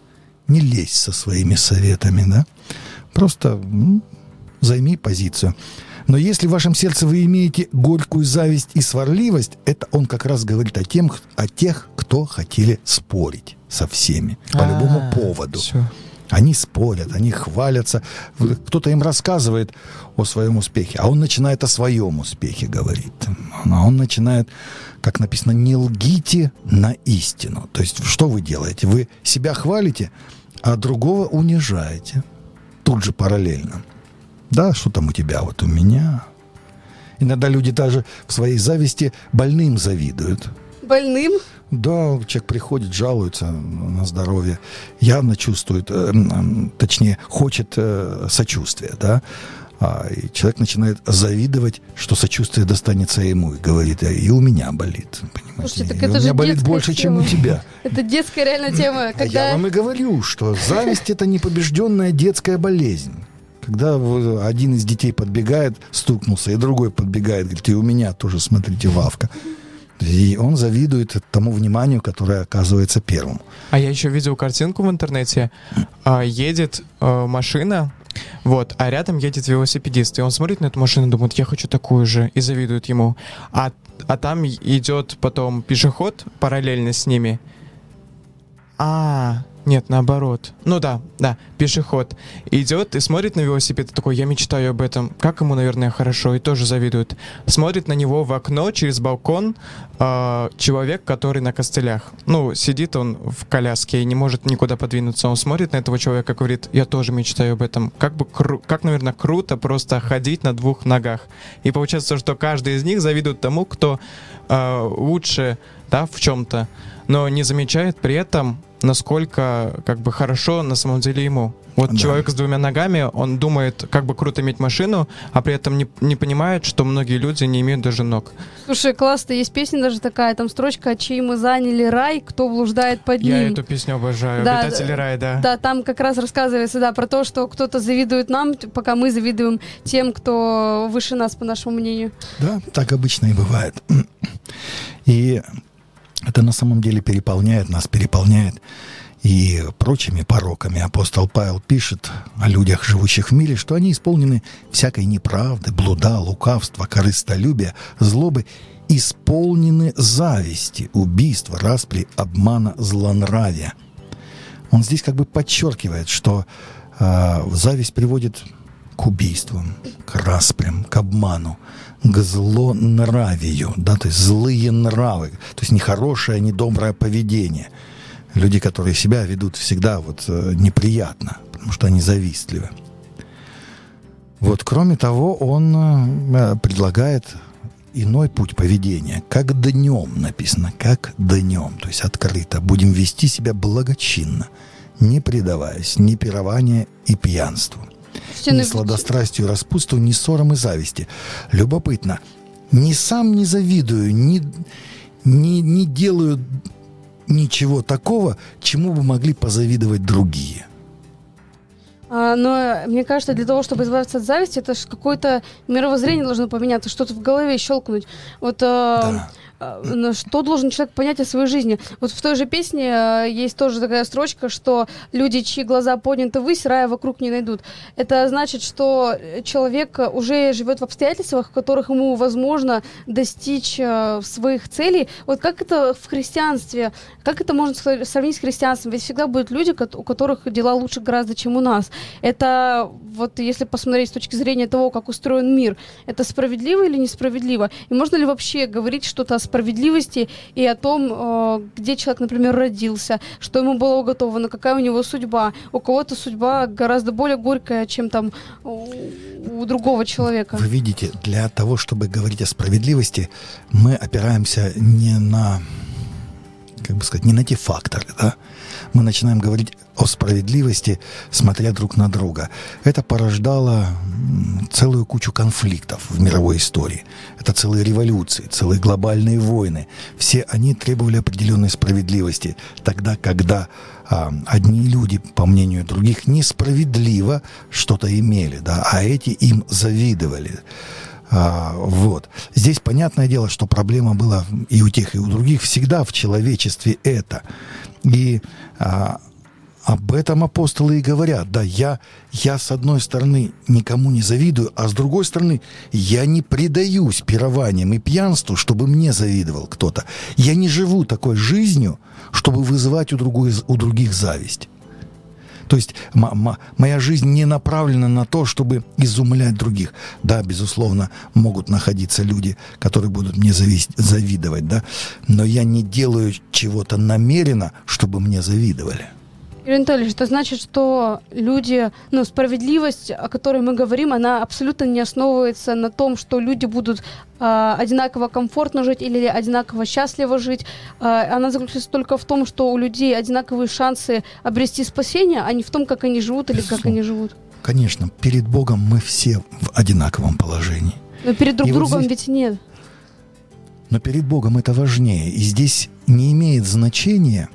Не лезь со своими советами, да? Просто м, займи позицию. Но если в вашем сердце вы имеете горькую зависть и сварливость, это он как раз говорит о, тем, о тех, кто хотели спорить со всеми по любому А, поводу. всё. Они спорят, они хвалятся. Кто-то им рассказывает о своем успехе, а он начинает о своем успехе говорить. А он начинает, как написано, не лгите на истину. То есть что вы делаете? Вы себя хвалите, а другого унижаете. Тут же параллельно. Да, что там у тебя, вот у меня. Иногда люди даже в своей зависти больным завидуют. Больным? Да, человек приходит, жалуется на здоровье, явно чувствует, э, э, точнее, хочет э, сочувствия, да, а, и человек начинает завидовать, что сочувствие достанется ему, и говорит: и у меня болит, понимаете, Слушайте, так и это у же меня болит детская больше, чем тема. у тебя. Это детская реально тема. А я Когда... вам и говорю, что зависть – это непобежденная детская болезнь. Когда один из детей подбегает, стукнулся, и другой подбегает, говорит: и у меня тоже, смотрите, лавка. И он завидует тому вниманию, которое оказывается первым. А я еще видел картинку в интернете. А, едет а, машина, вот, а рядом едет велосипедист. И он смотрит на эту машину и думает: я хочу такую же, и завидует ему. А, а там идет потом пешеход параллельно с ними. А, Нет, наоборот. Ну да, да, пешеход идет и смотрит на велосипед, и такой, я мечтаю об этом. Как ему, наверное, хорошо, и тоже завидует. Смотрит на него в окно через балкон э, человек, который на костылях. Ну, сидит он в коляске и не может никуда подвинуться. Он смотрит на этого человека и говорит, я тоже мечтаю об этом. Как бы, кру- как, наверное, круто просто ходить на двух ногах. И получается, что каждый из них завидует тому, кто э, лучше, да, в чем-то, но не замечает при этом, насколько как бы хорошо на самом деле ему. Вот Да. человек с двумя ногами, он думает, как бы круто иметь машину, а при этом не, не понимает, что многие люди не имеют даже ног. Слушай, классно, есть песня даже такая, там строчка «Чьи мы заняли рай, кто блуждает под ним». Я эту песню обожаю. Да, Обитатели да, рая, да. Да, там как раз рассказывается, да, про то, что кто-то завидует нам, т- пока мы завидуем тем, кто выше нас, по нашему мнению. Да, так обычно и бывает. И это на самом деле переполняет нас, переполняет и прочими пороками. Апостол Павел пишет о людях, живущих в мире, что они исполнены всякой неправды, блуда, лукавства, корыстолюбия, злобы, исполнены зависти, убийства, распри, обмана, злонравия. Он здесь как бы подчеркивает, что э, зависть приводит к убийствам, к распрям, к обману, к злонравию, да, то есть злые нравы, то есть нехорошее, недоброе поведение. Люди, которые себя ведут всегда вот э, неприятно, потому что они завистливы. Вот, кроме того, он э, предлагает иной путь поведения, как днем написано, как днем, то есть открыто. Будем вести себя благочинно, не предаваясь ни пированию и пьянству, Слушайте, ни ну, сладострастию, распутству, ни ссорам и зависти. Любопытно. Ни сам не завидую, ни, ни, не делаю ничего такого, чему бы могли позавидовать другие. А, но мне кажется, для того, чтобы избавиться от зависти, это же какое-то мировоззрение должно поменяться, что-то в голове щелкнуть. Вот а, Да. а, что должен человек понять о своей жизни? Вот в той же песне а, есть тоже такая строчка, что люди, чьи глаза подняты ввысь, рая вокруг не найдут. Это значит, что человек уже живет в обстоятельствах, в которых ему возможно достичь а, своих целей. Вот как это в христианстве, как это можно сравнить с христианством? Ведь всегда будут люди, у которых дела лучше гораздо, чем у нас. Это вот если посмотреть с точки зрения того, как устроен мир, это справедливо или несправедливо? И можно ли вообще говорить что-то о справедливости и о том, где человек, например, родился, что ему было уготовано, какая у него судьба? У кого-то судьба гораздо более горькая, чем там у другого человека. Вы видите, для того, чтобы говорить о справедливости, мы опираемся не на, как бы сказать, не на те факторы, да? Мы начинаем говорить о справедливости, смотря друг на друга. Это порождало целую кучу конфликтов в мировой истории. Это целые революции, целые глобальные войны. Все они требовали определенной справедливости. Тогда, когда а, одни люди, по мнению других, несправедливо что-то имели, да, а эти им завидовали. А, вот. Здесь понятное дело, что проблема была и у тех, и у других. Всегда в человечестве это. И а, об этом апостолы и говорят. Да, я, я с одной стороны никому не завидую, а с другой стороны я не предаюсь пированиям и пьянству, чтобы мне завидовал кто-то. Я не живу такой жизнью, чтобы вызывать у, другой, у других зависть. То есть м- м- моя жизнь не направлена на то, чтобы изумлять других. Да, безусловно, могут находиться люди, которые будут мне завис- завидовать, да, но я не делаю чего-то намеренно, чтобы мне завидовали. Юрий Анатольевич, это значит, что люди, ну, справедливость, о которой мы говорим, она абсолютно не основывается на том, что люди будут э, одинаково комфортно жить или одинаково счастливо жить. Э, она заключается только в том, что у людей одинаковые шансы обрести спасение, а не в том, как они живут или как они живут. Конечно, перед Богом мы все в одинаковом положении. Но перед друг И вот другом здесь- ведь нет. Но перед Богом это важнее. И здесь не имеет значения,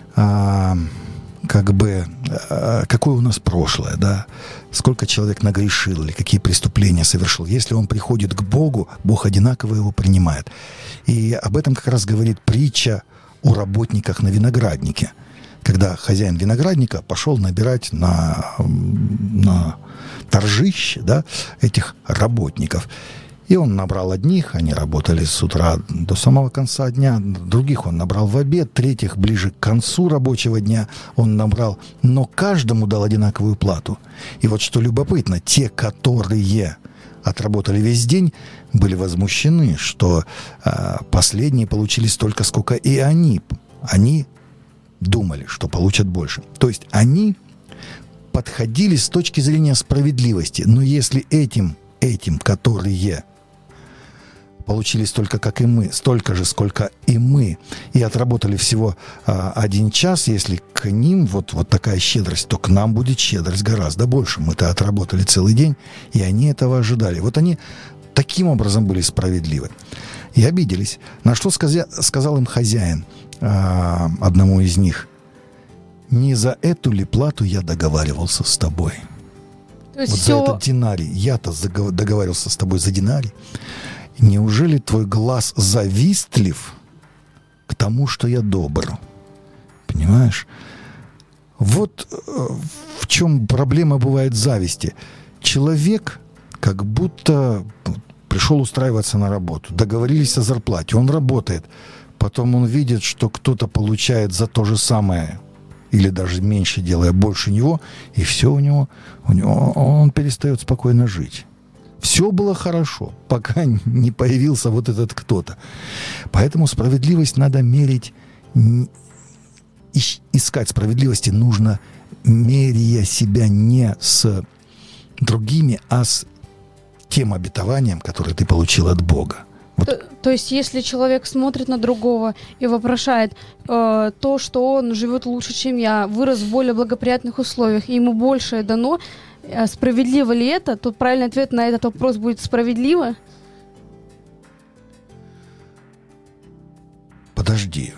а, как бы, а, какое у нас прошлое, да, сколько человек нагрешил или какие преступления совершил. Если он приходит к Богу, Бог одинаково его принимает. И об этом как раз говорит притча о работниках на винограднике. Когда хозяин виноградника пошел набирать на, на торжище, да, этих работников. И он набрал одних, они работали с утра до самого конца дня, других он набрал в обед, третьих ближе к концу рабочего дня он набрал, но каждому дал одинаковую плату. И вот что любопытно, те, которые отработали весь день, были возмущены, что э, последние получили столько, сколько и они. Они думали, что получат больше. То есть они подходили с точки зрения справедливости. Но если этим, этим, которые получили столько, как и мы, столько же, сколько и мы, и отработали всего а, один час, если к ним вот, вот такая щедрость, то к нам будет щедрость гораздо больше. Мы-то отработали целый день, и они этого ожидали. Вот они таким образом были справедливы. И обиделись. На что сказа, сказал им хозяин а, одному из них: «Не за эту ли плату я договаривался с тобой?» То есть Вот все... за этот динарий. Я-то загов- договаривался с тобой за динарий. Неужели твой глаз завистлив к тому, что я добр? Понимаешь? Вот э, в чем проблема бывает зависти. Человек как будто пришел устраиваться на работу. Договорились о зарплате. Он работает. Потом он видит, что кто-то получает за то же самое или даже меньше, делая больше него, и все у него, у него он перестает спокойно жить. Все было хорошо, пока не появился вот этот кто-то. Поэтому справедливость надо мерить, искать справедливости нужно, меряя себя не с другими, а с тем обетованием, которое ты получил от Бога. Вот. То, то есть, если человек смотрит на другого и вопрошает э, то, что он живет лучше, чем я, вырос в более благоприятных условиях, и ему большее дано, э, справедливо ли это, то правильный ответ на этот вопрос будет справедливо? Подожди.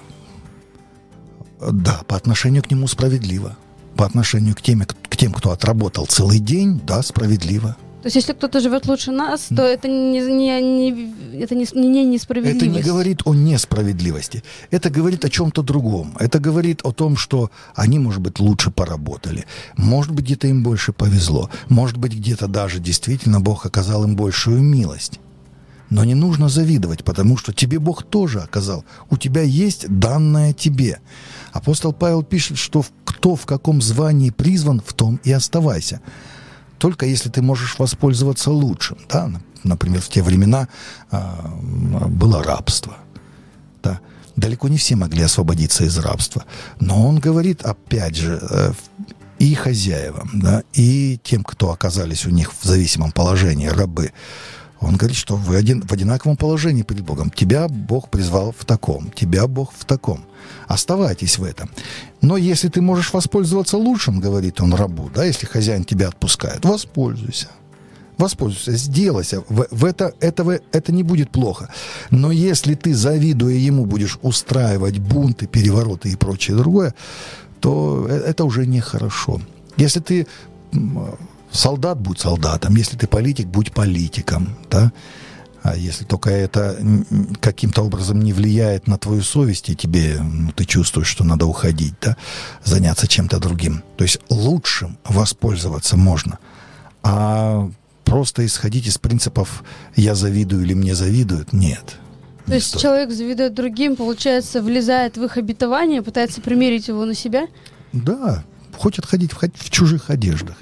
Да, по отношению к нему справедливо. По отношению к тем, к тем, кто отработал целый день, да, справедливо. То есть, если кто-то живет лучше нас, то это не, не, не, это не, не несправедливость. Это не говорит о несправедливости. Это говорит о чем-то другом. Это говорит о том, что они, может быть, лучше поработали. Может быть, где-то им больше повезло. Может быть, где-то даже действительно Бог оказал им большую милость. Но не нужно завидовать, потому что тебе Бог тоже оказал. У тебя есть данное тебе. Апостол Павел пишет, что кто в каком звании призван, в том и оставайся. Только если ты можешь воспользоваться лучшим. Да? Например, в те времена а, было рабство. Да? Далеко не все могли освободиться из рабства. Но он говорит, опять же, и хозяевам, да, и тем, кто оказались у них в зависимом положении, рабы. Он говорит, что вы один, в одинаковом положении перед Богом. Тебя Бог призвал в таком, тебя Бог в таком. Оставайтесь в этом. Но если ты можешь воспользоваться лучшим, говорит он рабу, да, если хозяин тебя отпускает, воспользуйся. Воспользуйся, сделайся. В, в это, этого, это не будет плохо. Но если ты, завидуя ему, будешь устраивать бунты, перевороты и прочее другое, то это уже нехорошо. Если ты... Солдат, будь солдатом. Если ты политик, будь политиком. Да? А если только это каким-то образом не влияет на твою совесть, и тебе, ну, ты чувствуешь, что надо уходить, да? Заняться чем-то другим. То есть лучшим воспользоваться можно. А просто исходить из принципов «я завидую» или «мне завидуют» — нет. То есть стоит. Человек завидует другим, получается, влезает в их обетование, пытается примерить его на себя? Да, хочет ходить в, в чужих одеждах.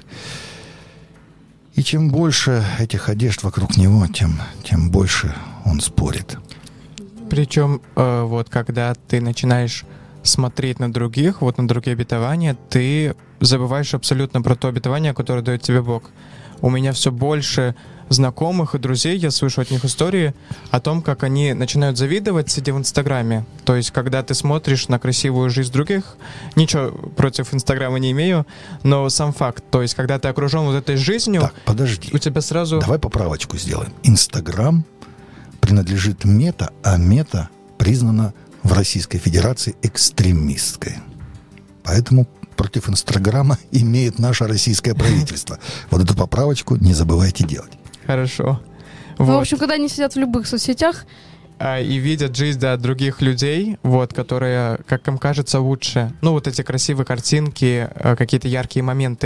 И чем больше этих одежд вокруг него, тем, тем больше он спорит. Причем, э, вот когда ты начинаешь смотреть на других, вот на другие обетования, ты забываешь абсолютно про то обетование, которое дает тебе Бог. У меня все больше знакомых и друзей, я слышу от них истории о том, как они начинают завидовать, сидя в Инстаграме. То есть, когда ты смотришь на красивую жизнь других, ничего против Инстаграма не имею, но сам факт, то есть, когда ты окружен вот этой жизнью, так, подожди. У тебя сразу... Давай поправочку сделаем. Инстаграм принадлежит Мета, а Мета признана в Российской Федерации экстремистской. Поэтому против Инстаграма имеет наше российское правительство. Вот эту поправочку не забывайте делать. Хорошо. Ну, Вот. в общем, когда они сидят в любых соцсетях... А, и видят жизнь, да, других людей, вот, которые, как им кажется, лучше. Ну, вот эти красивые картинки, а, какие-то яркие моменты.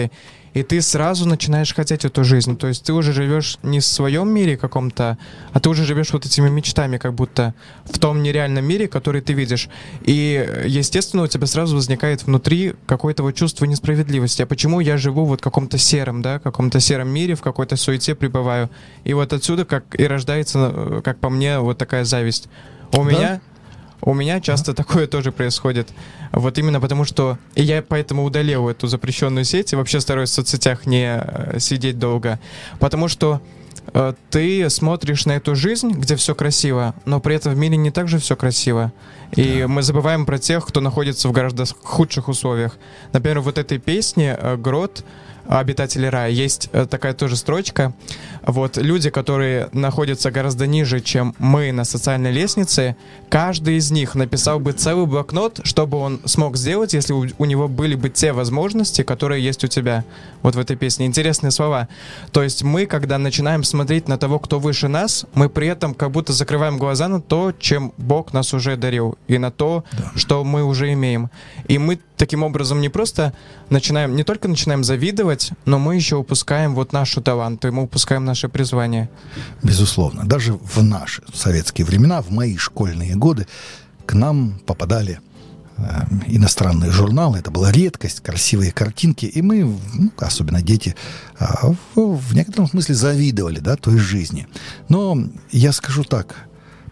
и ты сразу начинаешь хотеть эту жизнь. То есть ты уже живешь не в своем мире каком-то, а ты уже живешь вот этими мечтами, как будто в том нереальном мире, который ты видишь. И, естественно, у тебя сразу возникает внутри какое-то вот чувство несправедливости. А почему я живу вот в каком-то сером, да, каком-то сером мире, в какой-то суете пребываю? И вот отсюда как и рождается, как по мне, вот такая зависть. У Да? меня... У меня часто такое тоже происходит. Вот именно потому, что... И я поэтому удалил эту запрещенную сеть и вообще стараюсь в соцсетях не э, сидеть долго. Потому что э, ты смотришь на эту жизнь, где все красиво, но при этом в мире не так же все красиво. И мы забываем про тех, кто находится в гораздо худших условиях. Например, вот этой песне э, «Грот», «Обитатели рая», есть э, такая тоже строчка. Вот люди, которые находятся гораздо ниже, чем мы на социальной лестнице, каждый из них написал бы целый блокнот, что бы он смог сделать, если у, у него были бы те возможности, которые есть у тебя. Вот в этой песне. Интересные слова. То есть мы, когда начинаем смотреть на того, кто выше нас, мы при этом как будто закрываем глаза на то, чем Бог нас уже дарил, и на то, Да. что мы уже имеем. И мы таким образом не просто начинаем, не только начинаем завидовать, но мы еще упускаем вот нашу талант, и мы упускаем наше призвание. Безусловно. Даже в наши советские времена, в мои школьные годы, к нам попадали э, иностранные журналы. Это была редкость, красивые картинки. И мы, ну, особенно дети, э, в, в некотором смысле завидовали, да, той жизни. Но я скажу так.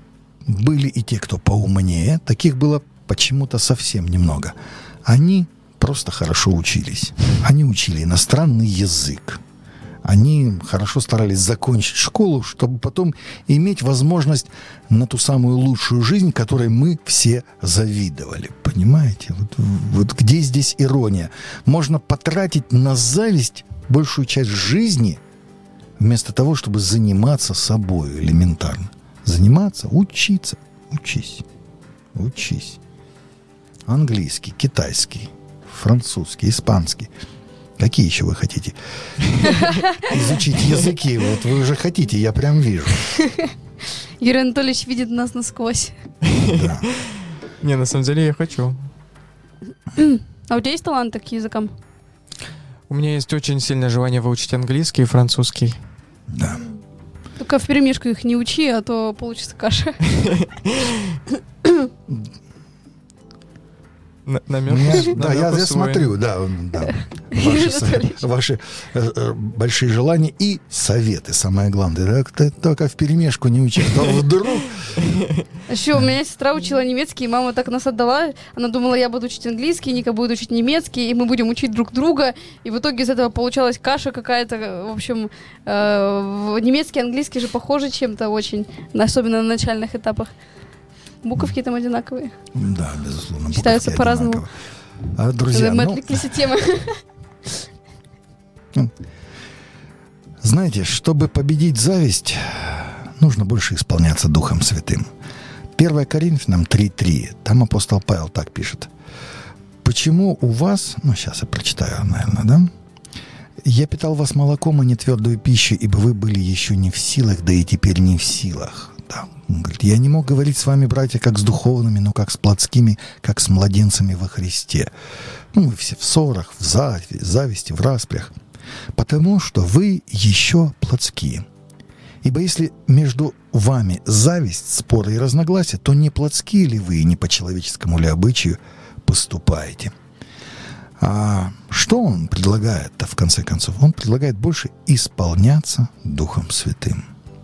Были и те, кто поумнее. Таких было почему-то совсем немного. Они просто хорошо учились. Они учили иностранный язык. Они хорошо старались закончить школу, чтобы потом иметь возможность на ту самую лучшую жизнь, которой мы все завидовали. Понимаете? Вот, вот где здесь ирония? Можно потратить на зависть большую часть жизни, вместо того, чтобы заниматься собой элементарно. Заниматься, учиться. Учись. Учись. Английский, китайский, французский, испанский. Какие еще вы хотите изучить языки? Вот вы уже хотите, я прям вижу. Юрий Анатольевич видит нас насквозь. Да. Не, на самом деле я хочу. А у тебя есть таланты к языкам? У меня есть очень сильное желание выучить английский и французский. Да. Только вперемешку их не учи, а то получится каша. На- намек- Меня- намек да, я, я усвоен. смотрю, да, да. Юрий Ваши, со- Анатольевич. ваши э, э, большие желания и советы, самое главное. Да, ты только вперемешку не учи. А то вдруг... А еще у меня сестра учила немецкий, и мама так нас отдала. Она думала, я буду учить английский, Ника будет учить немецкий, и мы будем учить друг друга. И в итоге из этого получалась каша какая-то. В общем, э, немецкий и английский же похожи чем-то очень, особенно на начальных этапах. Буковки там одинаковые. Да, безусловно. Читаются буковки по-разному. одинаково. А, друзья, мы ну, отвлеклись от темы. знаете, чтобы победить зависть, нужно больше исполняться Духом Святым. первое Коринфянам три три. Там апостол Павел так пишет. Почему у вас... Ну, сейчас я прочитаю, наверное, да? «Я питал вас молоком, а не твердую пищу, ибо вы были еще не в силах, да и теперь не в силах». Да. Он говорит, я не мог говорить с вами, братья, как с духовными, но как с плотскими, как с младенцами во Христе. Ну, мы все в ссорах, в зави- зависти, в распрях. Потому что вы еще плотские. Ибо если между вами зависть, споры и разногласия, то не плотские ли вы, не по человеческому ли обычаю поступаете? А что он предлагает-то, в конце концов? Он предлагает больше исполняться Духом Святым.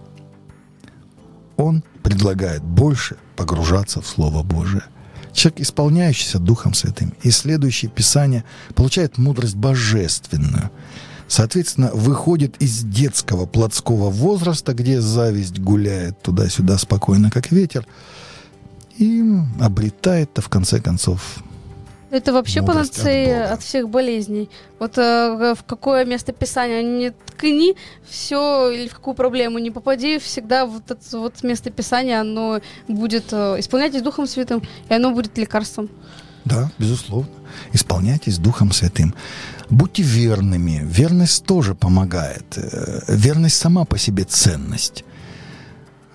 Он предлагает больше погружаться в Слово Божие. Человек, исполняющийся Духом Святым, исследующий Писание, получает мудрость божественную. Соответственно, выходит из детского плотского возраста, где зависть гуляет туда-сюда спокойно, как ветер, и обретает-то, в конце концов, Это вообще Мудрость от панацея Бога. от всех болезней. Вот э, в какое место Писания не ткни, все, или в какую проблему не попади, всегда вот это вот место Писания, оно будет, э, исполняйтесь Духом Святым, и оно будет лекарством. Да, безусловно. Исполняйтесь Духом Святым. Будьте верными. Верность тоже помогает. Э, Верность сама по себе ценность.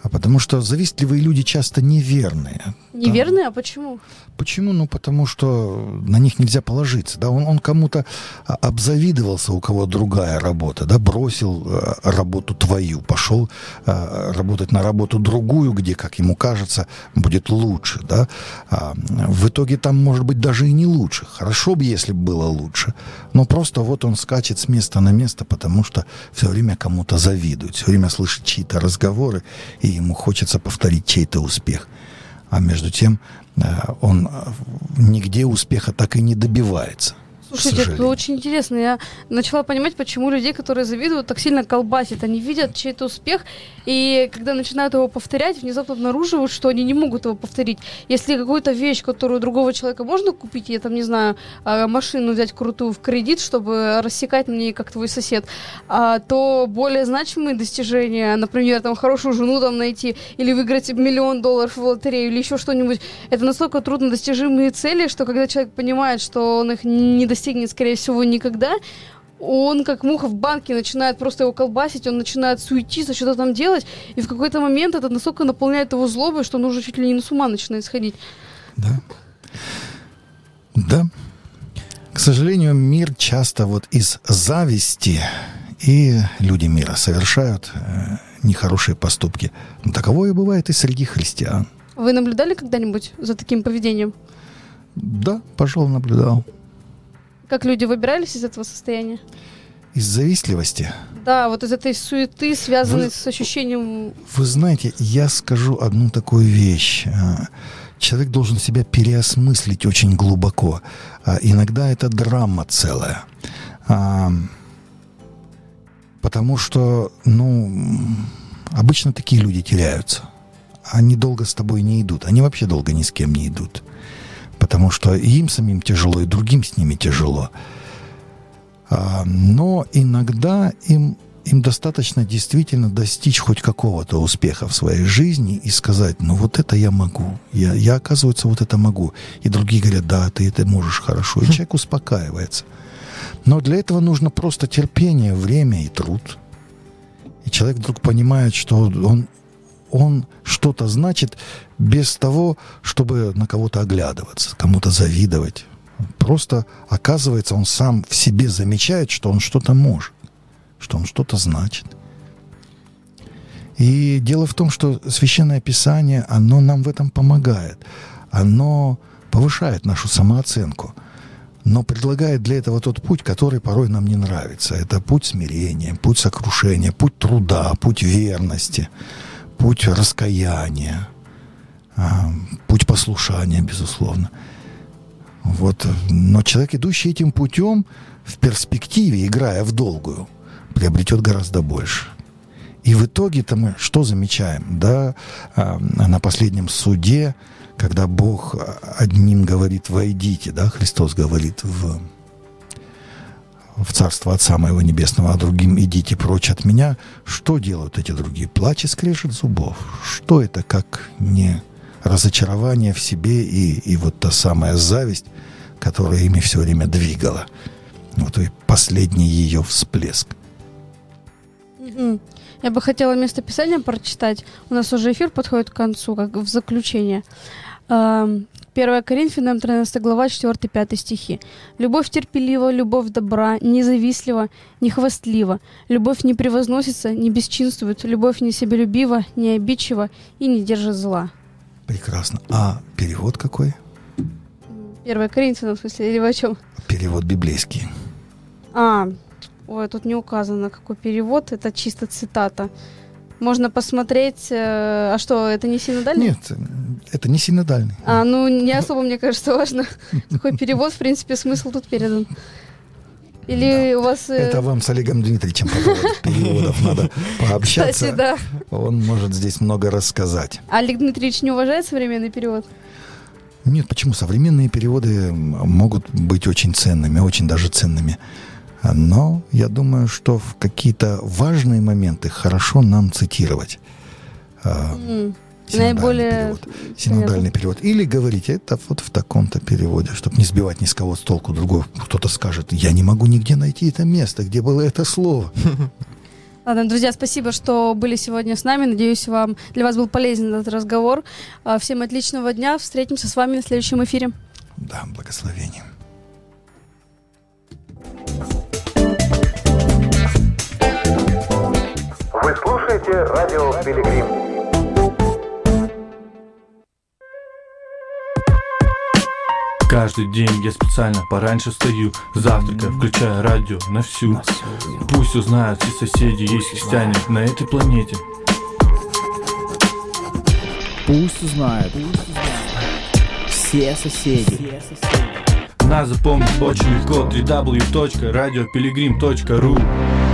А потому что завистливые люди часто неверные. Неверные? А почему? Почему? Ну, потому что на них нельзя положиться. Да? Он, он кому-то а, обзавидовался, у кого другая работа, да? Бросил а, работу твою, пошел а, работать на работу другую, где, как ему кажется, будет лучше. Да? А, в итоге там, может быть, даже и не лучше. Хорошо бы, если бы было лучше. Но просто вот он скачет с места на место, потому что все время кому-то завидует, все время слышит чьи-то разговоры, и ему хочется повторить чей-то успех. А между тем он нигде успеха так и не добивается. Слушайте, это очень интересно. Я начала понимать, почему людей, которые завидуют, так сильно колбасит. Они видят чей-то успех, и когда начинают его повторять, внезапно обнаруживают, что они не могут его повторить. Если какую-то вещь, которую у другого человека можно купить, я там, не знаю, машину взять крутую в кредит, чтобы рассекать на ней, как твой сосед, то более значимые достижения, например, там, хорошую жену там найти, или выиграть миллион долларов в лотерею, или еще что-нибудь, это настолько труднодостижимые цели, что когда человек понимает, что он их не достигнет, достигнет, скорее всего, никогда, он, как муха в банке, начинает просто его колбасить, он начинает суетиться, что-то там делать, и в какой-то момент это настолько наполняет его злобой, что он уже чуть ли не на с ума начинает сходить. Да. Да. К сожалению, мир часто вот из зависти, и люди мира совершают э, нехорошие поступки. Но таковое бывает и среди христиан. Вы наблюдали когда-нибудь за таким поведением? Да, пожалуй, наблюдал. Как люди выбирались из этого состояния? Из завистливости? Да, вот из этой суеты, связанной Вы, с ощущением... Вы знаете, я скажу одну такую вещь. Человек должен себя переосмыслить очень глубоко. Иногда это драма целая. Потому что, ну, обычно такие люди теряются. Они долго с тобой не идут. Они вообще долго ни с кем не идут. Потому что и им самим тяжело, и другим с ними тяжело. А, но иногда им, им достаточно действительно достичь хоть какого-то успеха в своей жизни и сказать, ну вот это я могу, я, я оказывается, вот это могу. И другие говорят, да, ты это можешь хорошо. И человек успокаивается. Но для этого нужно просто терпение, время и труд. И человек вдруг понимает, что он... он что-то значит без того, чтобы на кого-то оглядываться, кому-то завидовать. Просто, оказывается, он сам в себе замечает, что он что-то может, что он что-то значит. И дело в том, что Священное Писание, оно нам в этом помогает. Оно повышает нашу самооценку, но предлагает для этого тот путь, который порой нам не нравится. Это путь смирения, путь сокрушения, путь труда, путь верности, путь раскаяния, путь послушания, безусловно. Вот. Но человек, идущий этим путем, в перспективе, играя в долгую, приобретет гораздо больше. И в итоге-то мы что замечаем? Да, на последнем суде, когда Бог одним говорит «войдите», да, Христос говорит в... в Царство Отца Моего Небесного, а другим идите прочь от меня. Что делают эти другие? Плач и скрежет зубов. Что это, как не разочарование в себе и, и вот та самая зависть, которая ими все время двигала. Вот и последний ее всплеск. Mm-hmm. Я бы хотела местописание прочитать. У нас уже эфир подходит к концу, как в заключение. первое Коринфянам, тринадцатая глава, четыре-пять стихи. «Любовь терпелива, любовь добра, не завистлива, не хвастлива. Любовь не превозносится, не бесчинствует. Любовь не себялюбива, не обидчива и не держит зла». Прекрасно. А перевод какой? первое Коринфянам, в смысле, или вы о чем? Перевод библейский. А, ой, тут не указано, какой перевод. Это чисто цитата. Можно посмотреть... Э, а что, это не синодальный? Нет, это не синодальный. А, ну, не особо, мне кажется, важно, какой перевод, в принципе, смысл тут передан. Или да. у вас... Э... Это вам с Олегом Дмитриевичем по поводу переводов надо пообщаться. Кстати, да. Он может здесь много рассказать. А Олег Дмитриевич не уважает современный перевод? Нет, почему? Современные переводы могут быть очень ценными, очень даже ценными. Но я думаю, что в какие-то важные моменты хорошо нам цитировать mm. синодальный наиболее перевод. Синодальный перевод. Или говорить, это вот в таком-то переводе, чтобы не сбивать ни с кого с толку. Другой кто-то скажет, я не могу нигде найти это место, где было это слово. Ладно, друзья, спасибо, что были сегодня с нами. Надеюсь, вам для вас был полезен этот разговор. А, Всем отличного дня. Встретимся с вами на следующем эфире. Да, благословение. Вы слушаете радио Пилигрим. Каждый день я специально пораньше встаю, завтракаю, включая радио на всю. Пусть узнают все соседи, есть христиане на этой планете. Пусть узнают все соседи. Нас запомнить очень легко. дабл ю дабл ю дабл ю точка радио пилигрим точка ру